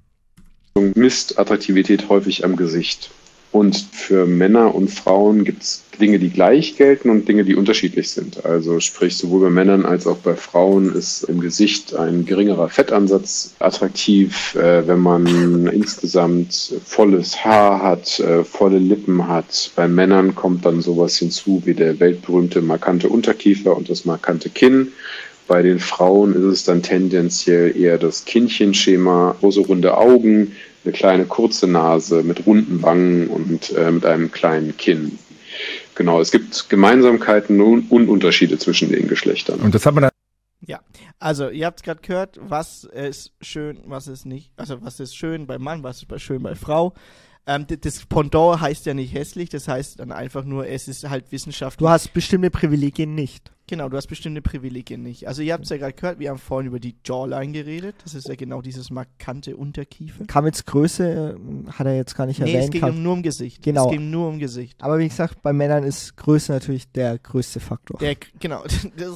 Misst Attraktivität häufig am Gesicht. Und für Männer und Frauen gibt es Dinge, die gleich gelten und Dinge, die unterschiedlich sind. Also sprich, sowohl bei Männern als auch bei Frauen ist im Gesicht ein geringerer Fettansatz attraktiv, äh, wenn man insgesamt volles Haar hat, äh, volle Lippen hat. Bei Männern kommt dann sowas hinzu wie der weltberühmte markante Unterkiefer und das markante Kinn. Bei den Frauen ist es dann tendenziell eher das Kindchenschema, große runde Augen, eine kleine kurze Nase mit runden Wangen und äh, mit einem kleinen Kinn. Genau, es gibt Gemeinsamkeiten und Unterschiede zwischen den Geschlechtern. Und das hat man dann. Ja, also ihr habt gerade gehört, was ist schön, was ist nicht. Also was ist schön beim Mann, was ist bei schön bei Frau. Ähm, d- das Pendant heißt ja nicht hässlich, das heißt dann einfach nur, es ist halt wissenschaftlich. Du hast bestimmte Privilegien nicht. Genau, du hast bestimmte Privilegien nicht. Also ihr habt es ja gerade gehört, wir haben vorhin über die Jawline geredet. Das ist ja genau dieses markante Unterkiefer. Kamits Größe äh, hat er jetzt gar nicht Nee, es erwähnt. ging Kam- um, nur um Gesicht. Genau. Es ging nur um Gesicht. Aber wie gesagt, bei Männern ist Größe natürlich der größte Faktor. Der, genau. Das,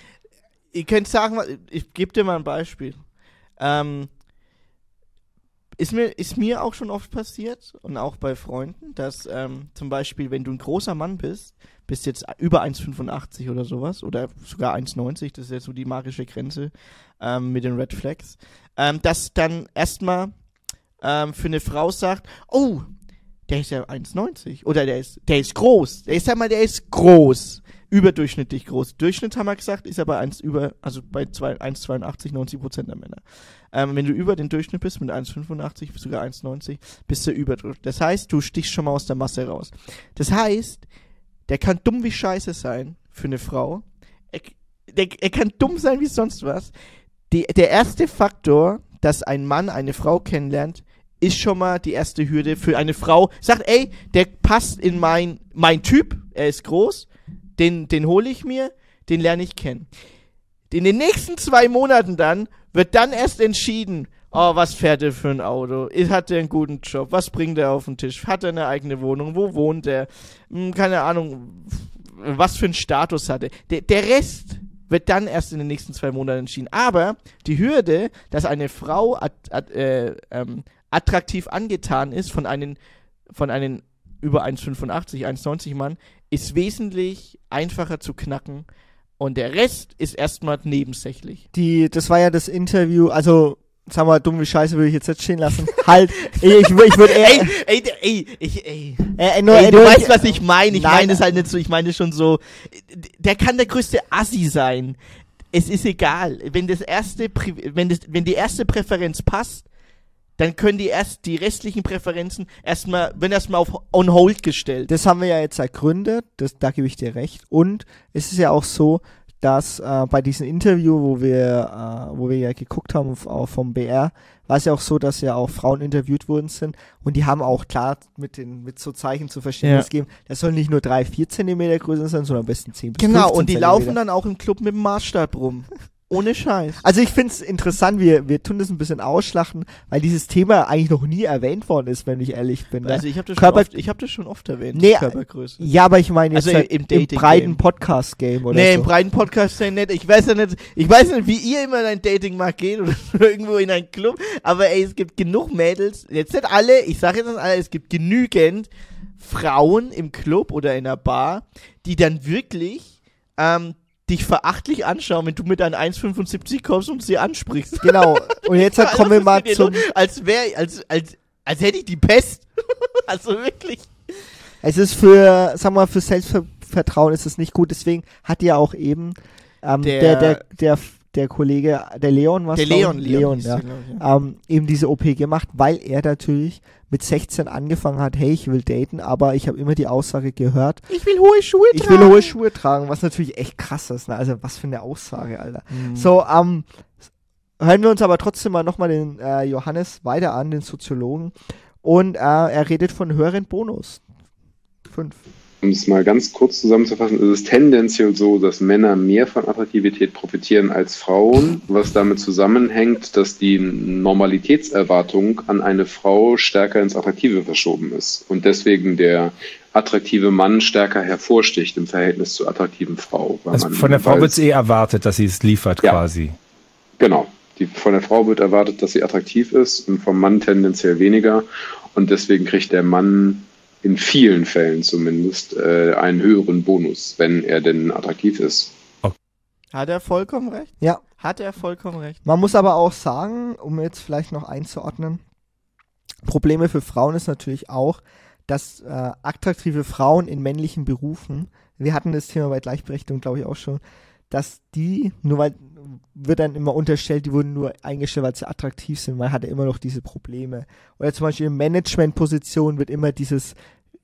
ihr könnt sagen, ich gebe dir mal ein Beispiel. Ähm, ist, mir, ist mir auch schon oft passiert und auch bei Freunden, dass ähm, zum Beispiel, wenn du ein großer Mann bist, bist jetzt über eins Komma fünfundachtzig oder sowas oder sogar eins Komma neunzig, das ist jetzt so die magische Grenze ähm, mit den Red Flags, ähm, dass dann erstmal ähm, für eine Frau sagt, oh, der ist ja eins Komma neunzig oder der ist, der ist groß, der ist ja mal, der ist groß, überdurchschnittlich groß. Durchschnitt haben wir gesagt, ist ja bei eins über, also bei eins Komma zweiundachtzig, neunzig Prozent der Männer. Ähm, wenn du über den Durchschnitt bist, mit eins Komma fünfundachtzig, sogar eins Komma neunzig, bist du überdurchschnittlich. Das heißt, du stichst schon mal aus der Masse raus. Das heißt, der kann dumm wie Scheiße sein für eine Frau. Er, der, er kann dumm sein wie sonst was. Die, der erste Faktor, dass ein Mann eine Frau kennenlernt, ist schon mal die erste Hürde für eine Frau. Sagt, ey, der passt in mein, mein Typ, er ist groß, den, den hole ich mir, den lerne ich kennen. In den nächsten zwei Monaten dann wird dann erst entschieden, oh, was fährt er für ein Auto? Hat er einen guten Job? Was bringt er auf den Tisch? Hat er eine eigene Wohnung? Wo wohnt er? Hm, keine Ahnung, was für einen Status hat er? Der, der Rest wird dann erst in den nächsten zwei Monaten entschieden. Aber die Hürde, dass eine Frau at, at, äh, ähm, attraktiv angetan ist von einem, von einem über eins Komma fünfundachtzig, eins Komma neunzig Mann, ist wesentlich einfacher zu knacken. Und der Rest ist erstmal nebensächlich. Die, das war ja das Interview, also, sag mal, dumm wie Scheiße würde ich jetzt nicht stehen lassen. halt, ich, ich, ich würde eher... Ey, ey, ey, ich, ey. äh, nur, Ey, äh, du nur, weißt, was ich meine. Ich Nein. meine es halt nicht so, ich meine schon so, der kann der größte Assi sein. Es ist egal. Wenn das erste, Pri- wenn das, wenn die erste Präferenz passt, dann können die erst die restlichen Präferenzen erstmal, wenn erstmal auf on hold gestellt. Das haben wir ja jetzt ergründet, das, da gebe ich dir recht. Und es ist ja auch so, dass äh, bei diesem Interview, wo wir, äh, wo wir ja geguckt haben auf, auf vom B R, war es ja auch so, dass ja auch Frauen interviewt worden sind und die haben auch klar mit den mit so Zeichen zu Verständnis Ja. gegeben, das soll nicht nur drei, vier Zentimeter größer sein, sondern am besten zehn bis Genau, fünfzehn und die Zentimeter. laufen dann auch im Club mit dem Maßstab rum. Ohne Scheiß. Also ich find's interessant, wir, wir tun das ein bisschen ausschlachten, weil dieses Thema eigentlich noch nie erwähnt worden ist, wenn ich ehrlich bin. Ne? Also ich habe das, Körper- schon oft- ich hab das schon oft erwähnt, Nee, Körpergröße. Ja, aber ich meine jetzt Also halt im im, Dating-Game. breiten Podcast-Game oder Nee, so. im breiten Podcast ja nicht. Ich weiß ja nicht, ich weiß nicht, wie ihr immer in ein Datingmarkt geht oder irgendwo in einen Club, aber ey, es gibt genug Mädels, jetzt nicht alle, ich sage jetzt nicht alle, es gibt genügend Frauen im Club oder in einer Bar, die dann wirklich ähm, dich verachtlich anschauen, wenn du mit deinen eins Komma fünfundsiebzig kommst und sie ansprichst. Genau. Und jetzt Was kommen wir ist mal mit dir zum... los? Als wäre, als, als, als hätte ich die Pest. Also wirklich. Es ist für, sag mal, für Selbstvertrauen ist es nicht gut. Deswegen hat ja auch eben ähm, Der- der, der, der, der Kollege, der Leon, was Der glaub ich? Leon, Leon, hieß ja. der, glaub ich, ja. Ähm, eben diese O P gemacht, weil er natürlich mit sechzehn angefangen hat, hey, ich will daten, aber ich habe immer die Aussage gehört, Ich will hohe Schuhe ich tragen. will hohe Schuhe tragen, was natürlich echt krass ist. Ne? Also was für eine Aussage, Alter. Mhm. So, ähm, hören wir uns aber trotzdem mal nochmal den äh, Johannes weiter an, den Soziologen. Und äh, er redet von höheren Bonus. Fünf. Um es mal ganz kurz zusammenzufassen, ist es tendenziell so, dass Männer mehr von Attraktivität profitieren als Frauen, was damit zusammenhängt, dass die Normalitätserwartung an eine Frau stärker ins Attraktive verschoben ist und deswegen der attraktive Mann stärker hervorsticht im Verhältnis zur attraktiven Frau. weil Also man- von der Frau weil wird es eh erwartet, dass sie es liefert Ja. quasi. Genau. Die, von der Frau wird erwartet, dass sie attraktiv ist und vom Mann tendenziell weniger. Und deswegen kriegt der Mann in vielen Fällen zumindest äh, einen höheren Bonus, wenn er denn attraktiv ist. Hat er vollkommen recht? Ja. Hat er vollkommen recht. Man muss aber auch sagen, um jetzt vielleicht noch einzuordnen, Probleme für Frauen ist natürlich auch, dass äh, attraktive Frauen in männlichen Berufen, wir hatten das Thema bei Gleichberechtigung, glaube ich, auch schon, dass die, nur weil, wird dann immer unterstellt, die wurden nur eingestellt, weil sie attraktiv sind, man hat ja immer noch diese Probleme. Oder zum Beispiel in Managementpositionen wird immer dieses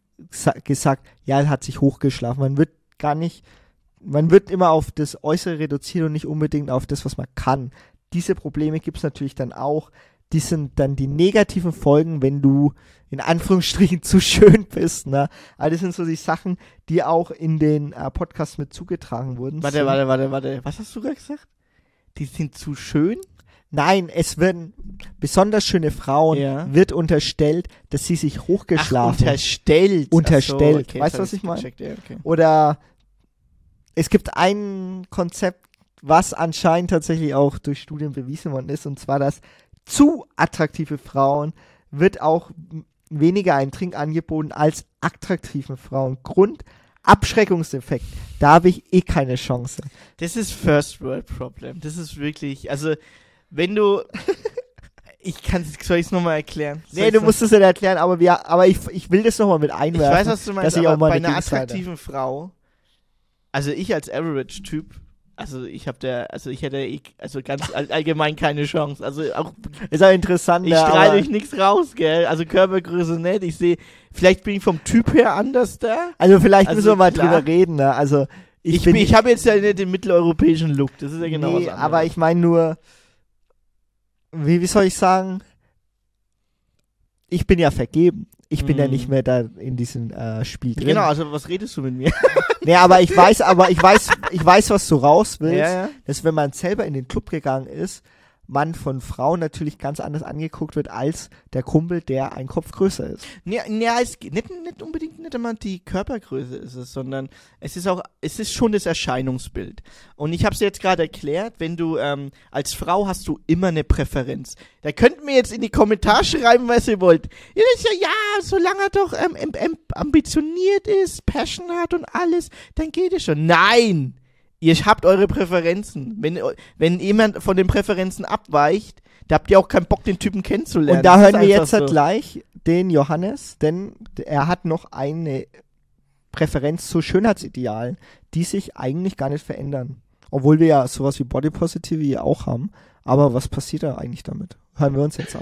sa- gesagt, ja, er hat sich hochgeschlafen. Man wird gar nicht, man wird immer auf das Äußere reduziert und nicht unbedingt auf das, was man kann. Diese Probleme gibt es natürlich dann auch. Die sind dann die negativen Folgen, wenn du in Anführungsstrichen zu schön bist. Ne? Aber das sind so die Sachen, die auch in den äh, Podcasts mit zugetragen wurden. Warte, sind. warte, warte, warte. Was hast du gerade gesagt? Die sind zu schön? Nein, es werden besonders schöne Frauen, Ja. wird unterstellt, dass sie sich hochgeschlafen. Ach, unterstellt. Unterstellt. Ach so, okay, Weißt du, jetzt was hab ich meine? gecheckt, ja, okay. Oder es gibt ein Konzept, was anscheinend tatsächlich auch durch Studien bewiesen worden ist, und zwar, dass zu attraktive Frauen wird auch m- weniger ein Trink angeboten als attraktiven Frauen. Grund, Abschreckungseffekt. Da habe ich eh keine Chance. Das ist First World Problem. Das ist wirklich, also, wenn du, ich kann, soll ich es nochmal erklären? Soll Nee, ich's du noch- musst es ja erklären, aber wir, aber ich, ich will das nochmal mit Ich einwerfen. weiß, was du meinst, dass ich aber auch mal bei eine einer Gegenseite- attraktiven Frau, also ich als Average-Typ, also ich habe der, also ich hätte eh- also ganz all, allgemein keine Chance. Also auch, Ist auch interessant. ich ja, strahle aber- euch nichts raus, gell? Also Körpergröße nicht. Ich sehe, vielleicht bin ich vom Typ her anders da. Also vielleicht Also müssen wir mal klar. drüber reden. Ne? Also ich, Ich, bin bin, ich habe jetzt ja nicht den mitteleuropäischen Look. Das ist ja genau nee, was anderes. aber ich meine nur, wie, wie soll ich sagen, ich bin ja vergeben. Ich bin ja Mhm. nicht mehr da in diesem äh, Spiel drin. Genau, also was redest du mit mir? Nee, aber ich weiß, aber ich weiß, ich weiß, was du raus willst, Ja, ja. dass wenn man selber in den Club gegangen ist, man von Frauen natürlich ganz anders angeguckt wird als der Kumpel, der ein Kopf größer ist. Ja, ja, es geht nicht, nicht unbedingt nicht immer die Körpergröße ist es, sondern es ist auch, es ist schon das Erscheinungsbild. Und ich habe es jetzt gerade erklärt, wenn du ähm, als Frau hast du immer eine Präferenz. Da könnt mir jetzt in die Kommentare schreiben, was ihr wollt. Ihr wisst ja, ja, solange er doch ähm, ähm, ähm, ambitioniert ist, Passion hat und alles, dann geht es schon. Nein! Ihr habt eure Präferenzen. Wenn, wenn jemand von den Präferenzen abweicht, da habt ihr auch keinen Bock, den Typen kennenzulernen. Und da Das ist hören wir einfach jetzt halt so. gleich den Johannes, denn er hat noch eine Präferenz zu Schönheitsidealen, die sich eigentlich gar nicht verändern. Obwohl wir ja sowas wie Body Positivity auch haben. Aber was passiert da eigentlich damit? Hören wir uns jetzt an.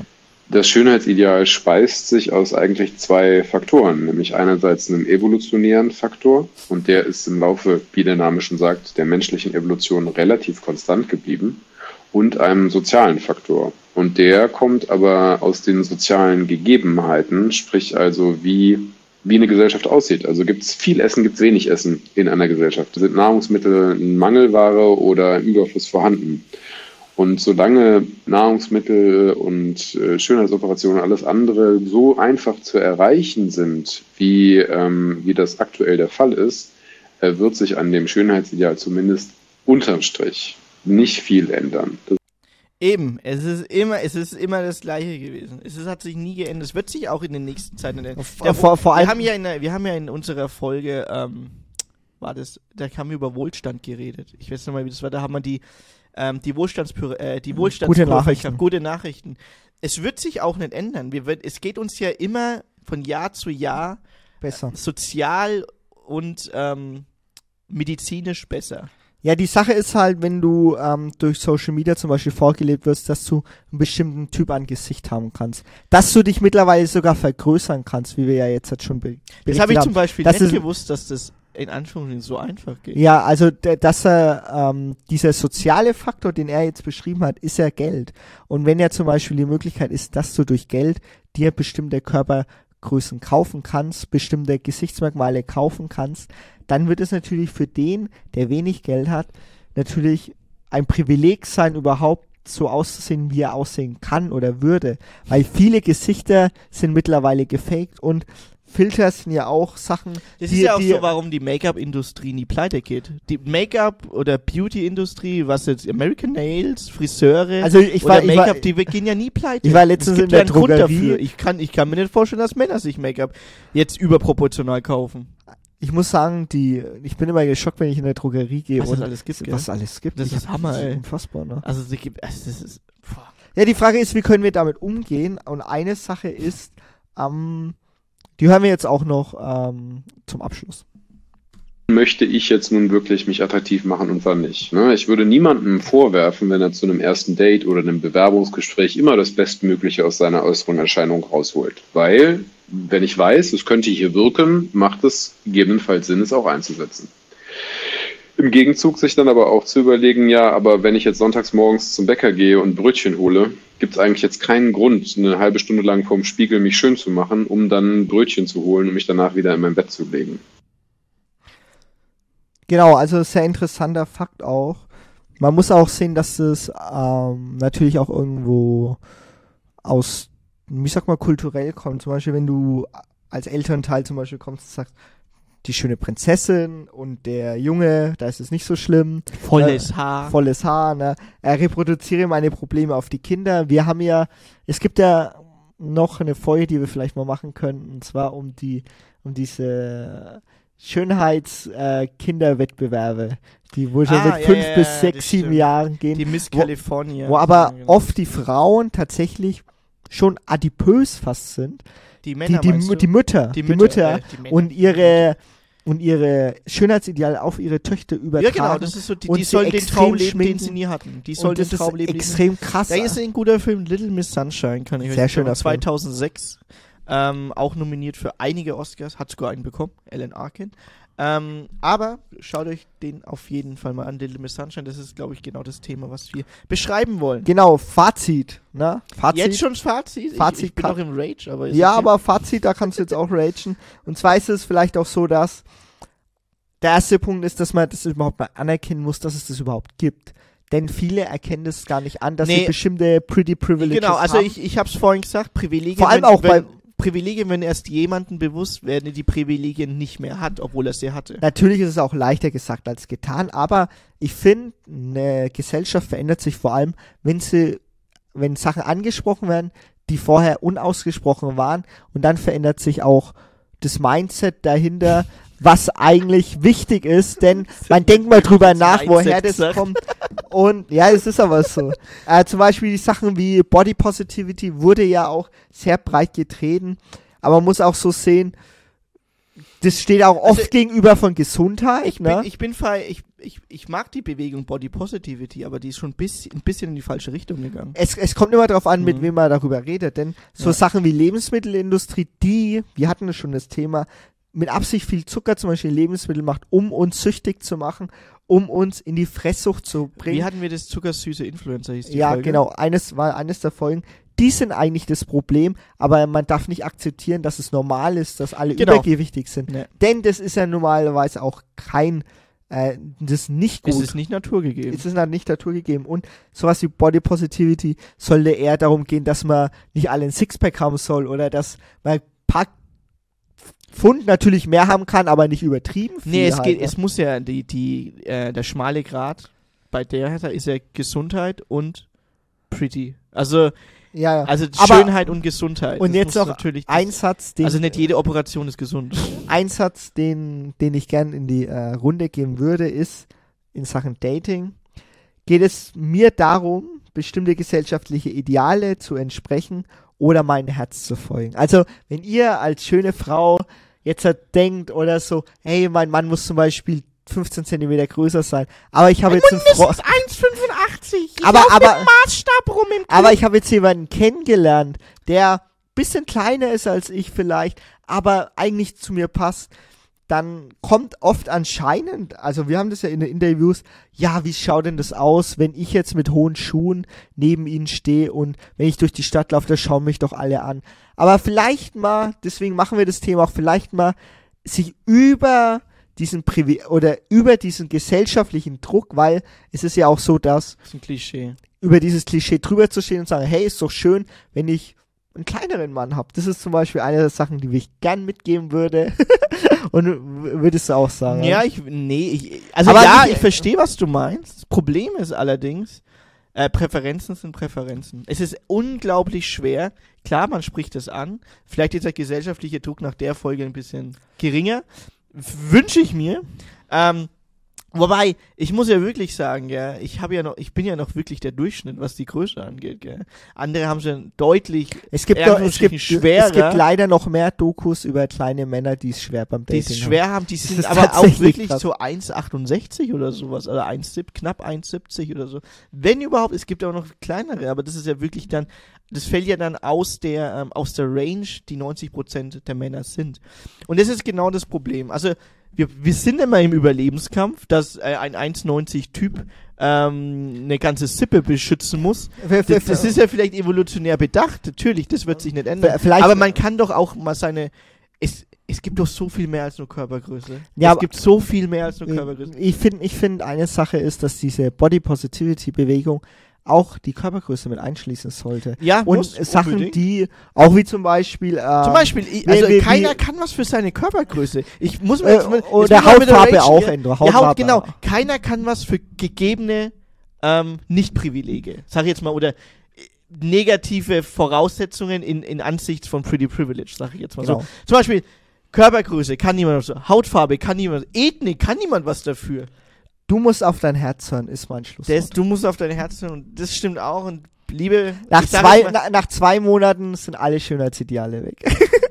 Das Schönheitsideal speist sich aus eigentlich zwei Faktoren, nämlich einerseits einem evolutionären Faktor, und der ist im Laufe, wie der Name schon sagt, der menschlichen Evolution relativ konstant geblieben, und einem sozialen Faktor. Und der kommt aber aus den sozialen Gegebenheiten, sprich also wie, wie eine Gesellschaft aussieht. Also gibt es viel Essen, gibt es wenig Essen in einer Gesellschaft. Sind Nahrungsmittel eine Mangelware oder im Überfluss vorhanden? Und solange Nahrungsmittel und äh, Schönheitsoperationen, alles andere so einfach zu erreichen sind, wie, ähm, wie das aktuell der Fall ist, äh, wird sich an dem Schönheitsideal zumindest unterm Strich nicht viel ändern. Das Eben, es ist immer, es ist immer das Gleiche gewesen. Es ist, hat sich nie geändert. Es wird sich auch in den nächsten Zeiten ändern. Der, vor, vor wir, allem haben ja in, wir haben ja in unserer Folge, ähm, war das, da haben wir über Wohlstand geredet. Ich weiß nicht mal, wie das war. Da haben wir die Ähm, die Wohlstandspyra- äh, die Wohlstandskurve, gute Nachrichten. gute Nachrichten. Es wird sich auch nicht ändern. Wir wird, es geht uns ja immer von Jahr zu Jahr besser. sozial und ähm, medizinisch besser. Ja, die Sache ist halt, wenn du ähm, durch Social Media zum Beispiel vorgelebt wirst, dass du einen bestimmten Typ an Gesicht haben kannst. Dass du dich mittlerweile sogar vergrößern kannst, wie wir ja jetzt halt schon be- berichtet haben. Das habe ich zum Beispiel das nicht ist, gewusst, dass das in Anführungszeichen so einfach geht. Ja, also d- dass er ähm, dieser soziale Faktor, den er jetzt beschrieben hat, ist ja Geld. Und wenn ja zum Beispiel die Möglichkeit ist, dass du durch Geld dir bestimmte Körpergrößen kaufen kannst, bestimmte Gesichtsmerkmale kaufen kannst, dann wird es natürlich für den, der wenig Geld hat, natürlich ein Privileg sein, überhaupt so auszusehen, wie er aussehen kann oder würde. Weil viele Gesichter sind mittlerweile gefaked und Filter sind ja auch Sachen, Das die, ist ja auch die, so, warum die Make-up-Industrie nie pleite geht. Die Make-up- oder Beauty-Industrie, was jetzt American Nails, Friseure Also ich oder war, ich war, Make-up, die gehen ja nie pleite. ich war letztens es gibt in der ja einen Grund Drogerie. dafür. Ich kann, ich kann mir nicht vorstellen, dass Männer sich Make-up jetzt überproportional kaufen. ich muss sagen, die, ich bin immer geschockt, wenn ich in der Drogerie gehe Was und es alles gibt, gell? was es alles gibt. Das Ich ist hab- Hammer, das ist ey. unfassbar, ne? Also, sie gibt, also das ist, boah. Ja, die Frage ist, wie können wir damit umgehen? Und eine Sache ist, ähm, die hören wir jetzt auch noch ähm, zum Abschluss. möchte ich jetzt nun wirklich mich attraktiv machen und wann nicht. Ne? Ich würde niemandem vorwerfen, wenn er zu einem ersten Date oder einem Bewerbungsgespräch immer das Bestmögliche aus seiner äußeren Erscheinung rausholt. Weil, wenn ich weiß, es könnte hier wirken, macht es gegebenenfalls Sinn, es auch einzusetzen. Im Gegenzug sich dann aber auch zu überlegen, ja, aber wenn ich jetzt sonntags morgens zum Bäcker gehe und Brötchen hole, gibt es eigentlich jetzt keinen Grund, eine halbe Stunde lang vorm Spiegel mich schön zu machen, um dann Brötchen zu holen und mich danach wieder in mein Bett zu legen. Genau, also sehr interessanter Fakt auch. Man muss auch sehen, dass es ähm, natürlich auch irgendwo aus, wie sag mal, kulturell kommt. Zum Beispiel, wenn du als Elternteil zum Beispiel kommst und sagst, die schöne Prinzessin und der Junge, da ist es nicht so schlimm. Volles äh, Haar. Volles Haar, ne? Er reproduziere meine Probleme auf die Kinder. Wir haben ja, es gibt ja noch eine Folge, die wir vielleicht mal machen können, und zwar um die, um diese Schönheits-Kinderwettbewerbe, äh, die wohl schon Ah, seit ja, fünf ja, bis ja, sechs, das sieben stimmt. Jahren gehen, Die Miss wo, California. wo aber Ja, genau. oft die Frauen tatsächlich schon adipös fast sind. die Die, Männer, die, meinst Mü- du? die Mütter, die Mütter, äh, die Männer. und ihre und ihre Schönheitsideale auf ihre Töchter übertragen. Ja, genau, das ist so, die, und die sie sollen den extrem Traum leben, den schminken. sie nie hatten. Die sollen Und den das ist Traum leben, den sie extrem krass. Da ist ein guter Film, Little Miss Sunshine, kann ich euch Sehr sagen, schöner Film. zweitausendsechs. Ähm, auch nominiert für einige Oscars, hat sogar einen bekommen, Alan Arkin. Ähm, aber schaut euch den auf jeden Fall mal an, Little Miss Sunshine. Das ist, glaube ich, genau das Thema, was wir beschreiben wollen. Genau, Fazit, ne? Fazit. Jetzt schon das Fazit? Fazit ich, ich bin kann- noch im Rage, aber ist Ja, okay. aber Fazit, da kannst du jetzt auch ragen. Und zwar ist es vielleicht auch so, dass der erste Punkt ist, dass man das überhaupt mal anerkennen muss, dass es das überhaupt gibt. Denn viele erkennen das gar nicht an, dass Nee. sie bestimmte Pretty Privileges Genau, also haben. ich, ich habe es vorhin gesagt, Privilegien, Vor allem wenn, auch wenn, bei- Privilegien, wenn erst jemandem bewusst werden, die Privilegien nicht mehr hat, obwohl er sie hatte. Natürlich ist es auch leichter gesagt als getan, aber ich finde, eine Gesellschaft verändert sich vor allem, wenn sie, wenn Sachen angesprochen werden, die vorher unausgesprochen waren, und dann verändert sich auch das Mindset dahinter, was eigentlich wichtig ist, denn man denkt mal drüber Das nach, woher Mindset das gesagt. kommt. Und ja, es ist aber so. Äh, zum Beispiel die Sachen wie Body Positivity wurde ja auch sehr breit getreten, aber man muss auch so sehen, das steht auch oft Also, gegenüber von Gesundheit. Ich ne? bin, ich bin frei, ich, ich, ich mag die Bewegung Body Positivity, aber die ist schon ein bisschen, ein bisschen in die falsche Richtung gegangen. Es, es kommt immer darauf an, mit Mhm. wem man darüber redet, denn so Ja. Sachen wie Lebensmittelindustrie, die, wir hatten ja schon das Thema, mit Absicht viel Zucker zum Beispiel in Lebensmittel macht, um uns süchtig zu machen, um uns in die Fresssucht zu bringen. Wie hatten wir das zuckersüße Influencer hieß die Ja, Folge? genau. Eines war eines der Folgen. Die sind eigentlich das Problem, aber man darf nicht akzeptieren, dass es normal ist, dass alle Genau. übergewichtig sind. Nee. Denn das ist ja normalerweise auch kein, äh, das ist nicht gut. Es ist nicht naturgegeben. Es ist halt nicht naturgegeben. Und sowas wie Body Positivity sollte eher darum gehen, dass man nicht alle ein Sixpack haben soll oder dass man ein paar Pfund natürlich mehr haben kann, aber nicht übertrieben viel. Nee, es halt, geht, ne? es muss ja die, die, äh, der schmale Grat bei der ist ja Gesundheit und pretty. Also, ja, ja. also Aber- Schönheit und Gesundheit. Und Das jetzt muss noch natürlich das, ein Satz, den, also nicht jede Operation ist gesund. ein Satz, den, den ich gern in die äh, Runde geben würde, ist in Sachen Dating, geht es mir darum, bestimmte gesellschaftliche Ideale zu entsprechen oder mein Herz zu folgen. Also, wenn ihr als schöne Frau jetzt halt denkt oder so, hey, mein Mann muss zum Beispiel fünfzehn Zentimeter größer sein, aber ich habe jetzt einen Freund, eins Komma fünfundachtzig. Ich Aber- lauf aber- mit Maßstab rum im aber ich habe jetzt jemanden kennengelernt, der ein bisschen kleiner ist als ich vielleicht, aber eigentlich zu mir passt, dann kommt oft anscheinend, also wir haben das ja in den Interviews, ja, wie schaut denn das aus, wenn ich jetzt mit hohen Schuhen neben ihnen stehe und wenn ich durch die Stadt laufe, da schauen mich doch alle an. Aber vielleicht mal, deswegen machen wir das Thema auch, vielleicht mal sich über diesen Privi oder über diesen gesellschaftlichen Druck, weil es ist ja auch so, dass Das ist ein Klischee. über dieses Klischee drüber zu stehen und sagen, hey, ist doch schön, wenn ich einen kleineren Mann habe. Das ist zum Beispiel eine der Sachen, die ich gern mitgeben würde. Und w- würdest du auch sagen? Ja, ich, nee, ich, also Aber ja, nicht- ich verstehe, was du meinst. Das Problem ist allerdings, äh, Präferenzen sind Präferenzen. Es ist unglaublich schwer. Klar, man spricht es an. Vielleicht ist der gesellschaftliche Druck nach der Folge ein bisschen geringer. Wünsche ich mir. Ähm, wobei, ich muss ja wirklich sagen, ja, ich habe ja noch, ich bin ja noch wirklich der Durchschnitt, was die Größe angeht, gell. Andere haben schon deutlich Es gibt, in doch, es, gibt, Anführungsstrichen schwerer. es gibt leider noch mehr Dokus über kleine Männer, die es schwer beim die Dating es schwer haben, die Das sind ist aber auch tatsächlich wirklich krass. so eins Komma achtundsechzig oder sowas, oder eins Komma siebzig, knapp eins Komma siebzig oder so. Wenn überhaupt, es gibt auch noch kleinere, aber das ist ja wirklich dann, das fällt ja dann aus der, ähm, aus der Range, die neunzig Prozent der Männer sind. Und das ist genau das Problem. Also, wir, wir sind immer im Überlebenskampf, dass äh, ein eins Komma neunzig Typ ähm, eine ganze Sippe beschützen muss. haben. Das, das ist ja vielleicht evolutionär bedacht, natürlich, das wird sich nicht ändern. Vielleicht- Aber man kann doch auch mal seine, es, es gibt doch so viel mehr als nur Körpergröße. Ja, es aber- gibt so viel mehr als nur Körpergröße. Ich finde, ich finde, eine Sache ist, dass diese Body Positivity Bewegung auch die Körpergröße mit einschließen sollte. Ja, Und muss, Sachen, unbedingt. die, auch wie zum Beispiel, ähm, Zum Beispiel, ich, wie- also wie- keiner wie- kann was für seine Körpergröße. Ich muss mir Äh, jetzt mal, jetzt oder muss man mit der Hautfarbe Rage auch hier- ändern. Ja, Haut, Hautfarbe genau. auch. Keiner kann was für gegebene ähm, Nicht-Privilege. Sag ich jetzt mal, oder äh, negative Voraussetzungen in, in Ansicht von Pretty Privilege, sag ich jetzt mal Genau. so. Zum Beispiel, Körpergröße kann niemand was, so. Hautfarbe kann niemand, Ethnik kann niemand was dafür. Du musst auf dein Herz hören, ist mein Schlusswort. Das, du musst auf dein Herz hören und das stimmt auch und Liebe. nach, ich sag zwei, jetzt mal, na, nach zwei Monaten sind alle Schönheitsideale weg.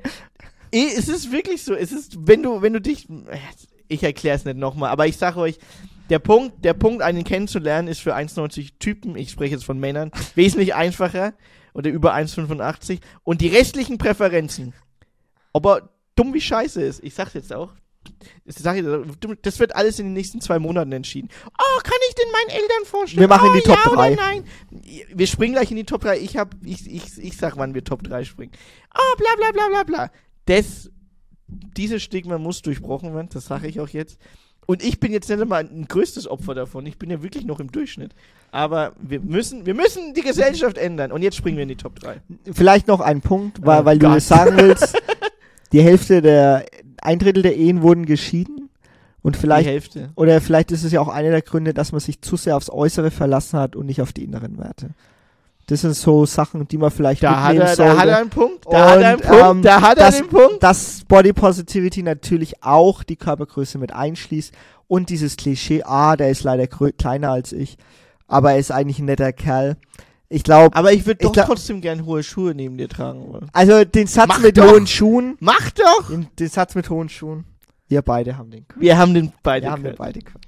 eh, es ist wirklich so, es ist, wenn du, wenn du dich, ich erkläre es nicht nochmal, aber ich sage euch, der Punkt, der Punkt, einen kennenzulernen, ist für eins Komma neunzig Typen, ich spreche jetzt von Männern, wesentlich einfacher oder über eins Komma fünfundachtzig und die restlichen Präferenzen, ob er dumm wie scheiße ist, ich sag's jetzt auch, das, sag ich, das wird alles in den nächsten zwei Monaten entschieden. Oh, kann ich den meinen Eltern vorstellen? Wir machen oh, die Top ja drei. Oder nein? Wir springen gleich in die Top drei. Ich hab, ich, ich, ich sag, wann wir Top drei springen. Oh, bla bla bla bla bla. Das, dieses Stigma muss durchbrochen werden, das sage ich auch jetzt. Und ich bin jetzt nicht einmal ein größtes Opfer davon. Ich bin ja wirklich noch im Durchschnitt. Aber wir müssen, wir müssen die Gesellschaft ändern. Und jetzt springen wir in die Top drei. Vielleicht noch ein Punkt, weil, Oh weil du Gott. das sagen willst. Die Hälfte der, ein Drittel der Ehen wurden geschieden. Und Die vielleicht, Hälfte. oder vielleicht ist es ja auch einer der Gründe, dass man sich zu sehr aufs Äußere verlassen hat und nicht auf die inneren Werte. Das sind so Sachen, die man vielleicht Da hat, mitnehmen er, sollte. da hat er einen Punkt. Da hat er einen Und, Punkt. ähm, da hat er das- einen Punkt. Dass Body Positivity natürlich auch die Körpergröße mit einschließt und dieses Klischee, ah, der ist leider grö- kleiner als ich, aber er ist eigentlich ein netter Kerl. Ich glaube. Aber ich würde doch glaub, trotzdem gern hohe Schuhe neben dir tragen wollen. Also den Satz Mach mit doch. hohen Schuhen. Mach doch! Den, den Satz mit hohen Schuhen. Wir beide haben den. Wir haben den beide Wir haben den gehört. beide gehört.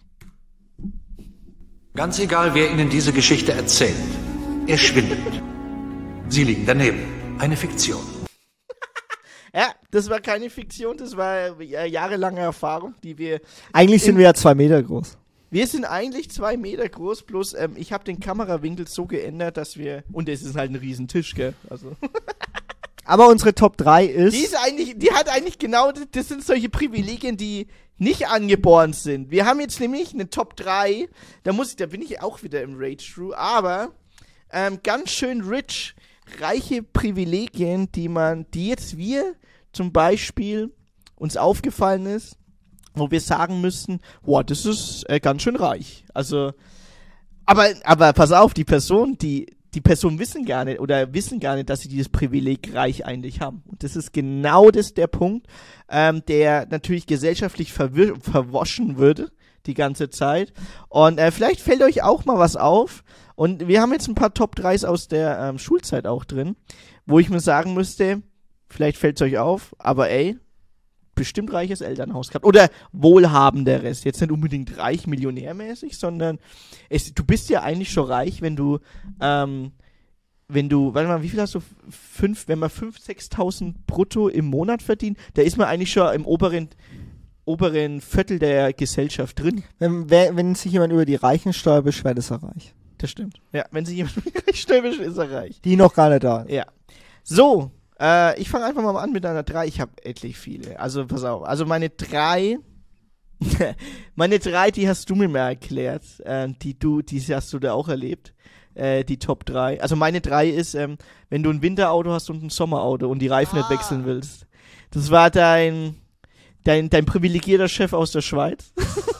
Ganz egal, wer Ihnen diese Geschichte erzählt. Er schwindelt. Sie liegen daneben. Eine Fiktion. Ja, das war keine Fiktion, das war äh, jahrelange Erfahrung, die wir... Eigentlich sind wir ja zwei Meter groß. Wir sind eigentlich zwei Meter groß, bloß ähm, ich habe den Kamerawinkel so geändert, dass wir... Und es ist halt ein Riesentisch, gell? Also... Aber unsere Top drei ist... Die ist eigentlich, die hat eigentlich genau, das sind solche Privilegien, die nicht angeboren sind. Wir haben jetzt nämlich eine Top drei, da muss ich, da bin ich auch wieder im Rage-Through, aber ähm, ganz schön rich, reiche Privilegien, die man, die jetzt wir zum Beispiel uns aufgefallen ist, wo wir sagen müssten, boah, das ist äh, ganz schön reich. Also, aber, aber pass auf, die Person, die Die Personen wissen gar nicht oder wissen gar nicht, dass sie dieses Privileg reich eigentlich haben. Und das ist genau das der Punkt, ähm, der natürlich gesellschaftlich verwir- verwaschen würde die ganze Zeit. Und äh, vielleicht fällt euch auch mal was auf. Und wir haben jetzt ein paar Top dreis aus der ähm, Schulzeit auch drin, wo ich mir sagen müsste, vielleicht fällt es euch auf, aber ey, bestimmt reiches Elternhaus gehabt. Oder wohlhabenderes. Jetzt nicht unbedingt reich, millionärmäßig, sondern es, du bist ja eigentlich schon reich, wenn du, ähm, wenn du, warte mal, wie viel hast du? Fünf, wenn man fünftausend, sechstausend brutto im Monat verdient, da ist man eigentlich schon im oberen, oberen Viertel der Gesellschaft drin. Wenn, wer- wenn sich jemand über die Reichensteuer beschwert, ist er reich. Das stimmt. Ja, wenn sich jemand stürmisch ist, er reich. Die noch gar nicht da. Ja. So, äh, ich fange einfach mal an mit einer drei. Ich habe etlich viele. Also, pass auf. Also, meine drei, meine drei, die hast du mir mal erklärt. Äh, die du, die hast du da auch erlebt. Äh, die Top drei. Also, meine drei ist, ähm, wenn du ein Winterauto hast und ein Sommerauto und die Reifen Ah. nicht wechseln willst. Das war dein, dein, dein privilegierter Chef aus der Schweiz.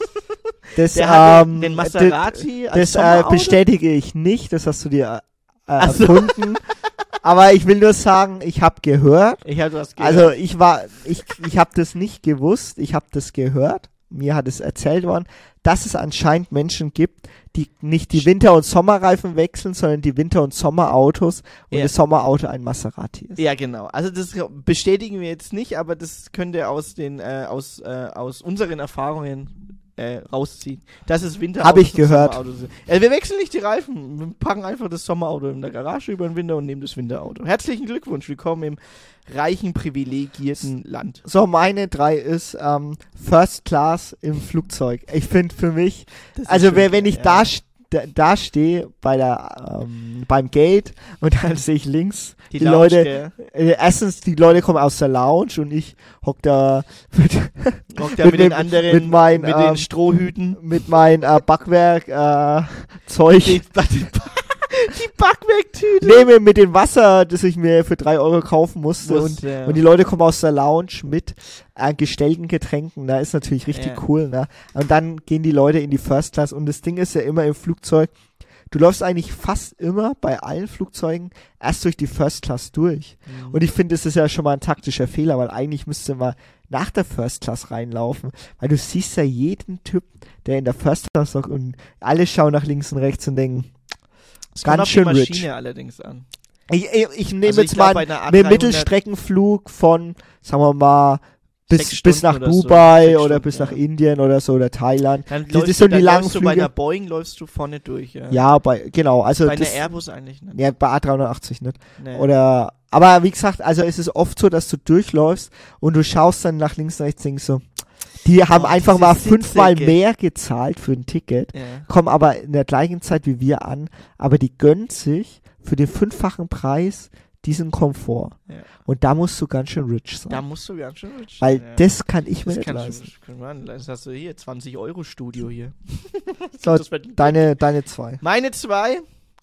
Das, Der hat ähm, den, den Maserati d- als Das äh, Sommerauto. bestätige ich nicht, das hast du dir äh, Ach so. erfunden. Aber ich will nur sagen, ich habe gehört. Ich habe was gehört. Also ich war, ich, ich habe das nicht gewusst, ich habe das gehört. Mir hat es erzählt worden, dass es anscheinend Menschen gibt, die nicht die Winter- und Sommerreifen wechseln, sondern die Winter- und Sommerautos und Ja. das Sommerauto ein Maserati ist. Ja, genau. Also das bestätigen wir jetzt nicht, aber das könnt ihr aus den äh, aus äh, aus unseren Erfahrungen äh, rausziehen. Das ist Winterauto. Hab ich gehört. Also wir wechseln nicht die Reifen. Wir packen einfach das Sommerauto in der Garage über den Winter und nehmen das Winterauto. Herzlichen Glückwunsch. Willkommen im reichen, privilegierten Land. So, meine drei ist ähm, First Class im Flugzeug. Ich finde für mich, Das ist also schon wer, wenn geil, ich ja. da, st- da, da stehe bei der, ähm, beim Gate und dann sehe ich links die, Lounge, Leute, gell? äh, erstens die Leute kommen aus der Lounge und ich hock da mit, Hockt da mit, mit den dem- anderen, mit meinen, mit ähm, den Strohhüten. mit meinem äh, Backwerk äh, Zeug. Die, die, die Backwerktüte. Nee, mit, mit dem Wasser, das ich mir für drei Euro kaufen musste. Muss, und, ja. und die Leute kommen aus der Lounge mit äh, gestellten Getränken. Da ist natürlich richtig Ja. cool. Ne? Und dann gehen die Leute in die First Class. Und das Ding ist ja immer im Flugzeug, du läufst eigentlich fast immer bei allen Flugzeugen erst durch die First Class durch. Mhm. Und ich finde, das ist ja schon mal ein taktischer Fehler, weil eigentlich müsste man nach der First Class reinlaufen, weil du siehst ja jeden Typ, der in der First Class hockt und alle schauen nach links und rechts und denken, Es kommt ganz auf die schön Maschine rich. allerdings an. Ich, ich, ich nehme Also ich jetzt glaub, mal bei einer A einen dreihundert Mittelstreckenflug von, sagen wir mal, Sechs bis, bis Stunden nach oder so. Dubai Sechs oder Stunden, bis nach ja. Indien oder so oder Thailand. Dann Das läufst ist so du, die dann langen läufst du bei Flüge. einer Boeing läufst du vorne durch, ja. Ja, bei, genau, also bei einer das, Airbus eigentlich nicht. ja, bei A dreihundertachtzig nicht. Nee. Oder, aber wie gesagt, also es ist oft so, dass du durchläufst und du schaust dann nach links und rechts, denkst so, die haben Oh, einfach diese mal Sitze, fünfmal gell. mehr gezahlt für ein Ticket, Ja. kommen aber in der gleichen Zeit wie wir an, aber die gönnen sich für den fünffachen Preis diesen Komfort. Ja. Und da musst du ganz schön rich sein. Da musst du ganz schön rich Weil sein, ja. das kann ich mir das nicht kannst leisten. du, Mann, das hast du hier, zwanzig Euro Studio hier. So, Das verdient deine, deine zwei. Meine zwei.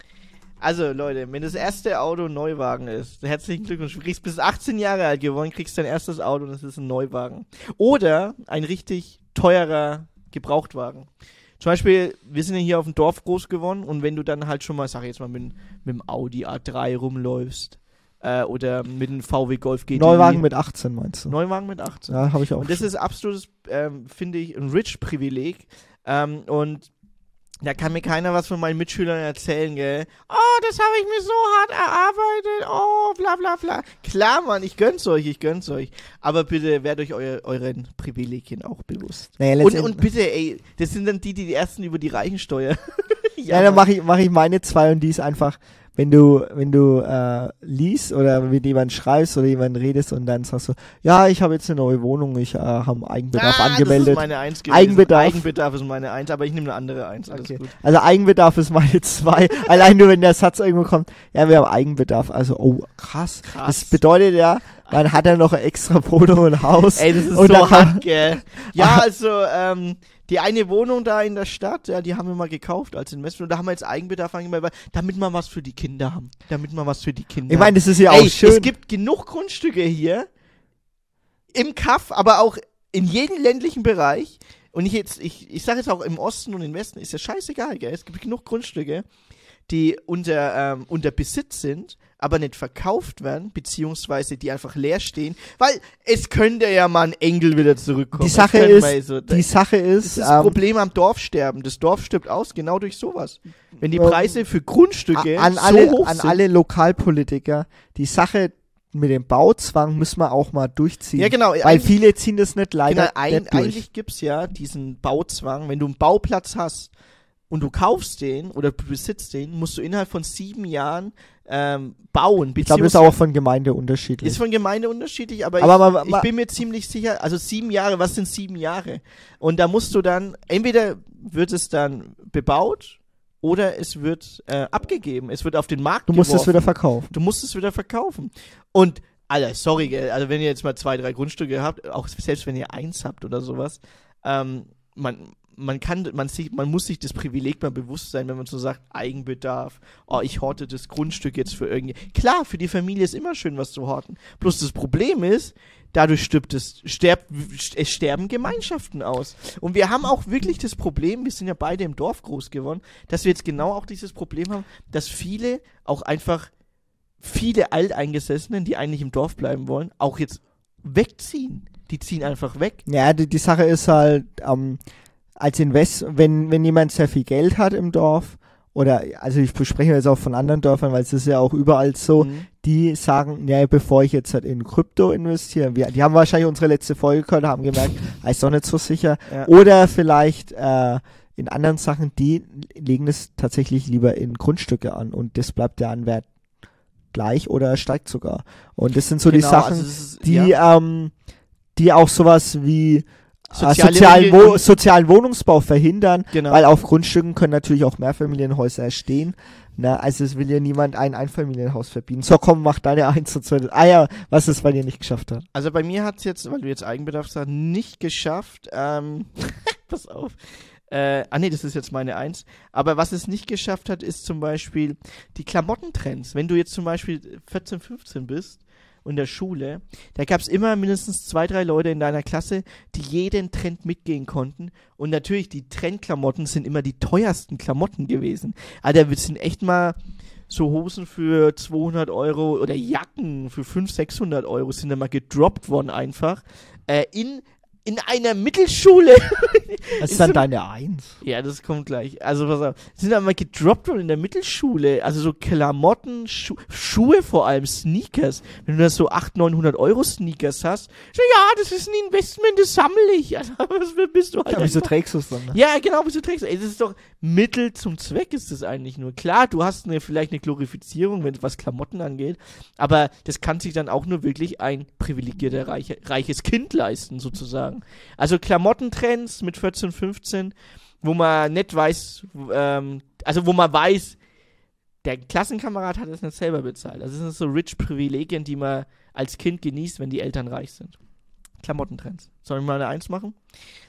Also Leute, wenn das erste Auto ein Neuwagen ist, herzlichen Glückwunsch. Du kriegst bis achtzehn Jahre alt geworden, kriegst dein erstes Auto und es ist ein Neuwagen. Oder ein richtig teurer Gebrauchtwagen. Zum Beispiel, wir sind ja hier auf dem Dorf groß geworden und wenn du dann halt schon mal, sag ich jetzt mal, mit, mit dem Audi A drei rumläufst äh, oder mit dem V W Golf G T I. Neuwagen mit achtzehn meinst du? Neuwagen mit achtzehn. Ja, habe ich auch. Und das schon. ist absolutes, ähm, finde ich, ein Rich-Privileg. Ähm, und Da kann mir keiner was von meinen Mitschülern erzählen, gell? Oh, das habe ich mir so hart erarbeitet. Oh, bla bla bla. Klar, Mann, ich gönn's euch, ich gönn's euch. Aber bitte werdet euch eu- euren Privilegien auch bewusst. Naja, und, und bitte, ey, das sind dann die, die die ersten über die Reichensteuer. ja, ja, dann mache ich, mach ich meine zwei und die ist einfach, wenn du, wenn du äh, liest oder mit jemandem schreibst oder jemandem redest und dann sagst du, ja, ich habe jetzt eine neue Wohnung, ich äh, habe Eigenbedarf ah, angemeldet. Das ist meine Eins gewesen. Eigenbedarf. Eigenbedarf ist meine Eins, aber ich nehme eine andere Eins. Alles Okay. gut. Also Eigenbedarf ist meine zwei. Allein nur, wenn der Satz irgendwo kommt, ja, wir haben Eigenbedarf. Also, oh, krass. Krass. Das bedeutet ja, man hat ja noch ein extra Wohnung und Haus. Ey, das ist und so hart, gell. Ja, also, ähm, die eine Wohnung da in der Stadt, ja, die haben wir mal gekauft als Investment. Und da haben wir jetzt Eigenbedarf angemeldet, damit wir was für die Kinder haben. Damit wir was für die Kinder Ich meine, das ist ja Ey, auch schön. Es gibt genug Grundstücke hier im Kaff, aber auch in jedem ländlichen Bereich. Und ich jetzt, ich, ich sage jetzt auch im Osten und im Westen, ist ja scheißegal, gell. Es gibt genug Grundstücke, die unter, ähm, unter Besitz sind, aber nicht verkauft werden, beziehungsweise die einfach leer stehen, weil es könnte ja mal ein Engel wieder zurückkommen. Die Sache Es könnte ist, mal so, die Sache ist, das ist das ähm, Problem am Dorfsterben. Das Dorf stirbt aus, genau durch sowas. Wenn die Preise für Grundstücke an so alle, hoch an sind. alle Lokalpolitiker, die Sache mit dem Bauzwang müssen wir auch mal durchziehen. Ja, genau. Weil Eigentlich- viele ziehen das nicht leider Genau, ein, nicht durch. eigentlich gibt's ja diesen Bauzwang, wenn du einen Bauplatz hast und du kaufst den oder besitzt den, musst du innerhalb von sieben Jahren ähm, bauen. Ich glaube, das ist auch von Gemeinde unterschiedlich. Ist von Gemeinde unterschiedlich, aber, Aber ich, ma- ma- ich bin mir ziemlich sicher, also sieben Jahre, was sind sieben Jahre? Und da musst du dann, entweder wird es dann bebaut oder es wird äh, abgegeben, es wird auf den Markt du musst es geworfen. wieder verkaufen. Du musst es wieder verkaufen. Und, Alter, sorry, gell, also wenn ihr jetzt mal zwei, drei Grundstücke habt, auch selbst wenn ihr eins habt oder sowas, ähm, man, man kann, man sich, man muss sich das Privileg mal bewusst sein, wenn man so sagt, Eigenbedarf, oh, ich horte das Grundstück jetzt für irgendwie. Klar, für die Familie ist immer schön, was zu horten. Bloß das Problem ist, dadurch stirbt es, sterbt, es sterben Gemeinschaften aus. Und wir haben auch wirklich das Problem, wir sind ja beide im Dorf groß geworden, dass wir jetzt genau auch dieses Problem haben, dass viele auch einfach, viele Alteingesessenen, die eigentlich im Dorf bleiben wollen, auch jetzt wegziehen. Die ziehen einfach weg. Ja, die, die Sache ist halt, ähm, als Invest, wenn, wenn jemand sehr viel Geld hat im Dorf, oder, also ich spreche jetzt auch von anderen Dörfern, weil es ist ja auch überall so, Mhm. die sagen, ja, bevor ich jetzt halt in Krypto investiere, wir, die haben wahrscheinlich unsere letzte Folge gehört, haben gemerkt, ah, ist doch nicht so sicher. Ja. Oder vielleicht äh, in anderen Sachen, die legen es tatsächlich lieber in Grundstücke an und das bleibt der Anwert gleich oder steigt sogar. Und das sind so die Genau, Sachen, also es ist- die, ja. ähm, die auch sowas wie Soziale äh, sozialen, Wo Regeln- sozialen Wohnungsbau verhindern, Genau. weil auf Grundstücken können natürlich auch Mehrfamilienhäuser entstehen. Na, also es will ja niemand ein Einfamilienhaus verbieten. So, komm, mach deine eins und zwei. Ah ja, was es bei dir nicht geschafft hat. Also bei mir hat es jetzt, weil du jetzt Eigenbedarf sagst, nicht geschafft, ähm, pass auf, äh, ah nee, das ist jetzt meine Eins, aber was es nicht geschafft hat, ist zum Beispiel die Klamottentrends. Wenn du jetzt zum Beispiel vierzehn, fünfzehn bist und in der Schule, da gab es immer mindestens zwei, drei Leute in deiner Klasse, die jeden Trend mitgehen konnten. Und natürlich, die Trendklamotten sind immer die teuersten Klamotten gewesen. Alter, wir sind echt mal so Hosen für zweihundert Euro oder Jacken für fünfhundert, sechshundert Euro sind da mal gedroppt worden einfach. Äh, in, in einer Mittelschule. Das ist Ist dann so- deine Eins. Ja, das kommt gleich. Also, pass auf. Sind da mal gedroppt worden in der Mittelschule. Also so Klamotten, Schu Schuhe vor allem, Sneakers. Wenn du da so achthundert, neunhundert Euro Sneakers hast, so, ja, das ist ein Investment, das sammle ich. Also, was bist du halt Ja, wieso einfach- trägst du es dann? Ne? Ja, genau, wieso trägst du? Ey, das ist doch Mittel zum Zweck ist das eigentlich nur. Klar, du hast eine, vielleicht eine Glorifizierung, wenn was Klamotten angeht, aber das kann sich dann auch nur wirklich ein privilegierter, reiche, reiches Kind leisten, sozusagen. Also Klamottentrends mit vierzehn, fünfzehn, wo man nicht weiß, ähm, also wo man weiß, der Klassenkamerad hat es nicht selber bezahlt. Also das sind so rich Privilegien, die man als Kind genießt, wenn die Eltern reich sind. Klamottentrends. Sollen wir mal eine Eins machen?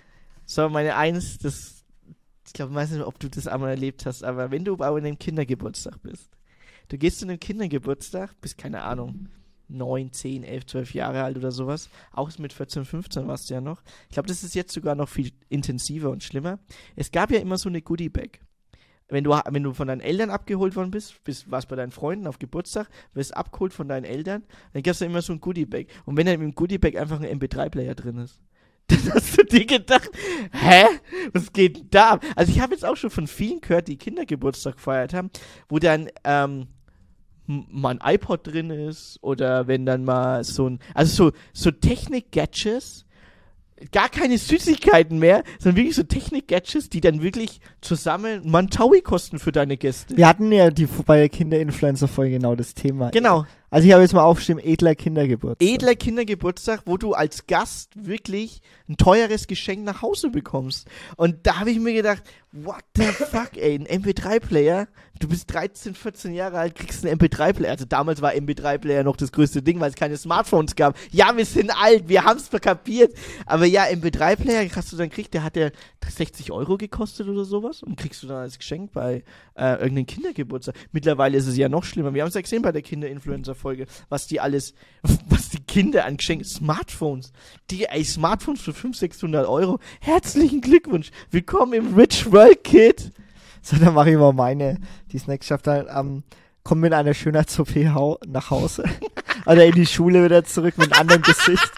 So, meine Eins, das, ich glaube, ich weiß nicht, ob du das einmal erlebt hast, aber wenn du aber in einem Kindergeburtstag bist, du gehst zu einem Kindergeburtstag, bist, keine Ahnung, neun, zehn, elf, zwölf Jahre alt oder sowas, auch mit vierzehn, fünfzehn warst du ja noch. Ich glaube, das ist jetzt sogar noch viel intensiver und schlimmer. Es gab ja immer so eine Goodie-Bag. Wenn du, wenn du von deinen Eltern abgeholt worden bist, bist warst bei deinen Freunden auf Geburtstag, wirst abgeholt von deinen Eltern, dann gab es ja immer so ein Goodie-Bag. Und wenn dann im Goodie-Bag einfach ein M P drei Player drin ist, Dann hast du dir gedacht, hä? Was geht denn da ab? Also ich habe jetzt auch schon von vielen gehört, die Kindergeburtstag gefeiert haben, wo dann ähm, mal ein iPod drin ist oder wenn dann mal so ein, also so, so Technik-Gadgets, gar keine Süßigkeiten mehr, sondern wirklich so Technik-Gadgets, die dann wirklich zusammen mal ein Taui kosten für deine Gäste. Wir hatten ja die bei der Kinder-Influencer-Folge genau das Thema. Genau. Also ich habe jetzt mal aufgeschrieben, edler Kindergeburtstag. Edler Kindergeburtstag, wo du als Gast wirklich ein teures Geschenk nach Hause bekommst. Und da habe ich mir gedacht, what the fuck, ey, ein M P drei Player, du bist dreizehn, vierzehn Jahre alt, kriegst einen M P drei Player. Also damals war M P drei Player noch das größte Ding, weil es keine Smartphones gab. Ja, wir sind alt, wir haben es kapiert. Aber ja, M P drei Player hast du dann gekriegt, der hat ja sechzig Euro gekostet oder sowas und kriegst du dann als Geschenk bei äh, irgendeinem Kindergeburtstag. Mittlerweile ist es ja noch schlimmer. Wir haben es ja gesehen bei der Kinder-Influencer-Folge, was die alles, was die Kinder an Geschenken, Smartphones, die, ey, Smartphones für fünfhundert, sechshundert Euro. Herzlichen Glückwunsch. Willkommen im Rich World Kid. So, dann mache ich mal meine, die Snacks schafft dann, ähm, komm mit einer Schönheits-O P hau- nach Hause. Oder in die Schule wieder zurück mit einem anderen Gesicht.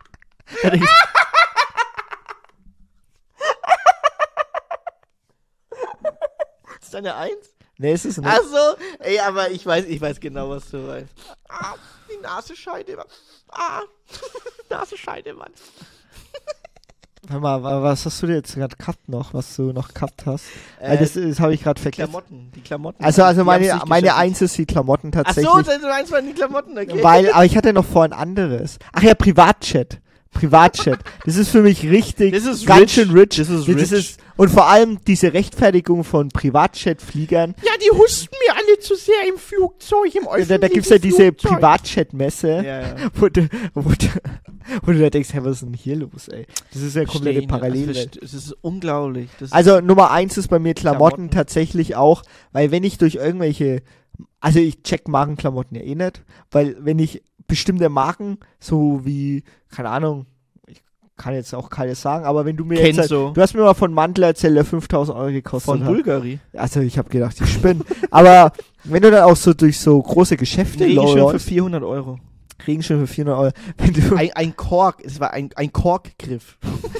Ist deine Eins? Nee, ist es nicht. Ach so, ey, aber ich weiß, ich weiß genau, was du meinst. Ah, die Nasenscheide, Mann. Ah, Nasenscheide, Mann. Hör mal, was hast du dir jetzt gerade gehabt noch, was du noch gehabt hast? Äh, Weil das, das habe ich gerade vergessen. Klamotten, die Klamotten. Also, also Die meine, haben's nicht meine geschafft. Eins ist die Klamotten Ach tatsächlich. so, deine Eins waren die Klamotten, okay. Weil, aber ich hatte noch vor ein anderes. Ach ja, Privatchat. Privatchat. Das ist für mich richtig, Das ist ganz rich. schön rich. Das ist Das rich. ist, und vor allem diese Rechtfertigung von Privatchat-Fliegern. Ja, die husten mir alle zu sehr im Flugzeug, im Da, da gibt's ja diese Privatchat-Messe, Ja, ja. wo, du, wo, du, wo du da denkst, hey, was ist denn hier los, ey? Das ist ja komplette Parallelwelt. Es ist unglaublich. Das Also Nummer eins ist bei mir Klamotten, Klamotten. tatsächlich auch, weil wenn ich durch irgendwelche, also ich check Markenklamotten ja eh nicht, weil wenn ich bestimmte Marken, so wie, keine Ahnung, ich kann jetzt auch keine sagen, aber wenn du mir Kennst jetzt, du. du hast mir mal von Mantel erzählt, der fünftausend Euro gekostet von hat. Bulgari. Also ich habe gedacht, ich spinne. Aber wenn du dann auch so durch so große Geschäfte Regenschirm für läufst, vierhundert Euro. Regenschirm für vierhundert Euro, wenn du, Ein, ein Kork, es war ein, ein Korkgriff.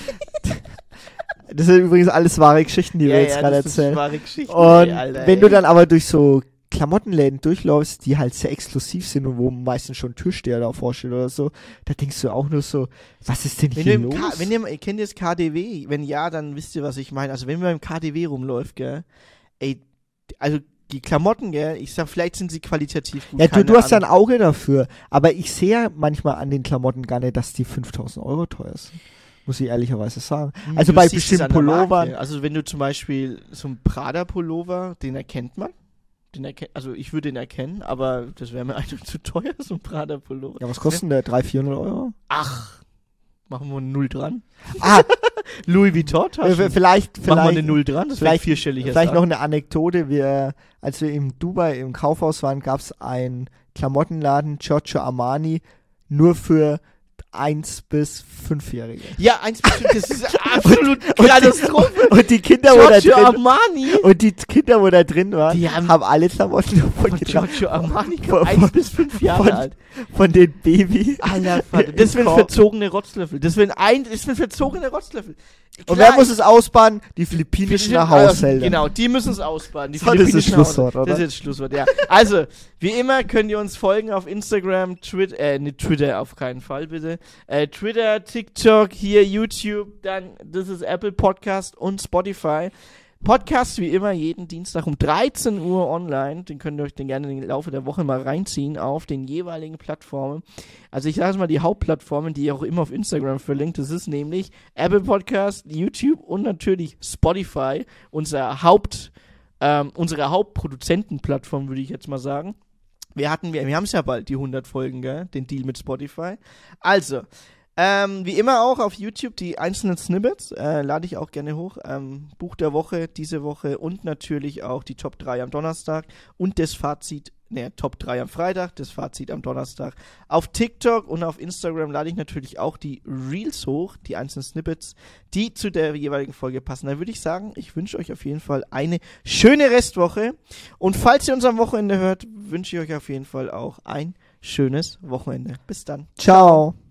das sind übrigens alles wahre Geschichten, die wir jetzt gerade das ist erzählen. wahre Geschichte. Und ey, Alter, wenn ey. du dann aber durch so Klamottenläden durchläufst, die halt sehr exklusiv sind und wo meistens schon Türsteher davor steht oder so, da denkst du auch nur so, was ist denn Wenn hier du im los? K- wenn ihr, ihr kennt das K D W, wenn ja, dann wisst ihr, was ich meine. Also wenn man im K D W rumläuft, gell, ey, also die Klamotten, gell, ich sag, vielleicht sind sie qualitativ gut. ja, du, keine du hast ja ein Ahnung. Auge dafür, aber ich sehe ja manchmal an den Klamotten gar nicht, dass die fünftausend Euro teuer sind. Muss ich ehrlicherweise sagen. Also Du bei siehst es bestimmten an der Marke. Pullovern, Also wenn du zum Beispiel so einen Prada-Pullover, den erkennt man. Den erken- also ich würde ihn erkennen, aber das wäre mir einfach zu teuer, so ein Prada-Pullover. ja, was kostet denn der? dreihundert, vierhundert Euro? Ach, machen wir eine Null dran. Ah, Louis Vuitton-Taschen. äh, vielleicht, Machen wir vielleicht, eine Null dran, das vielleicht- vielleicht vierstellig erst vielleicht an. noch eine Anekdote. Wir, als wir in Dubai im Kaufhaus waren, gab es einen Klamottenladen, Giorgio Armani, nur für eins bis fünfjährige. Ja, eins bestimmt, das ist absolut Katastrophe. Und die Kinder, wo da Giorgio drin, Armani. und die Kinder, wo da drin waren, Die haben- haben alle Klamotten von, Von getragen. Giorgio Armani, Von- eins bis fünf Jahre von- alt. Von den Baby. Alter, Vater, das sind Korb. verzogene Rotzlöffel. Das sind ein, das sind verzogene Rotzlöffel. Und Klar, wer muss es ausbaden? Die philippinischen Philippinen- Haushälter. Genau, die müssen es ausbaden. Die So, das ist philippinischen Schlusswort, Haus- oder? Das ist jetzt Schlusswort, ja. Also, wie immer könnt ihr uns folgen auf Instagram, Twitter, äh, nicht Twitter auf keinen Fall, bitte. Äh, Twitter, TikTok, hier YouTube, dann, das ist Apple Podcast und Spotify. Podcast wie immer jeden Dienstag um dreizehn Uhr online. Den könnt ihr euch den gerne im Laufe der Woche mal reinziehen auf den jeweiligen Plattformen. Also ich sage mal die Hauptplattformen, die ihr auch immer auf Instagram verlinkt. Das ist nämlich Apple Podcast, YouTube und natürlich Spotify. Unser Haupt, ähm, unsere Hauptproduzentenplattform, würde ich jetzt mal sagen. Wir hatten, wir, wir haben es ja bald, die hundert Folgen, gell? Den Deal mit Spotify. Also, Ähm, wie immer auch auf YouTube die einzelnen Snippets, äh, lade ich auch gerne hoch. Ähm, Buch der Woche, diese Woche und natürlich auch die Top drei am Donnerstag und das Fazit, ne, Top drei am Freitag, das Fazit am Donnerstag. Auf TikTok und auf Instagram lade ich natürlich auch die Reels hoch, die einzelnen Snippets, die zu der jeweiligen Folge passen. Dann würde ich sagen, ich wünsche euch auf jeden Fall eine schöne Restwoche und falls ihr uns am Wochenende hört, wünsche ich euch auf jeden Fall auch ein schönes Wochenende. Bis dann. Ciao.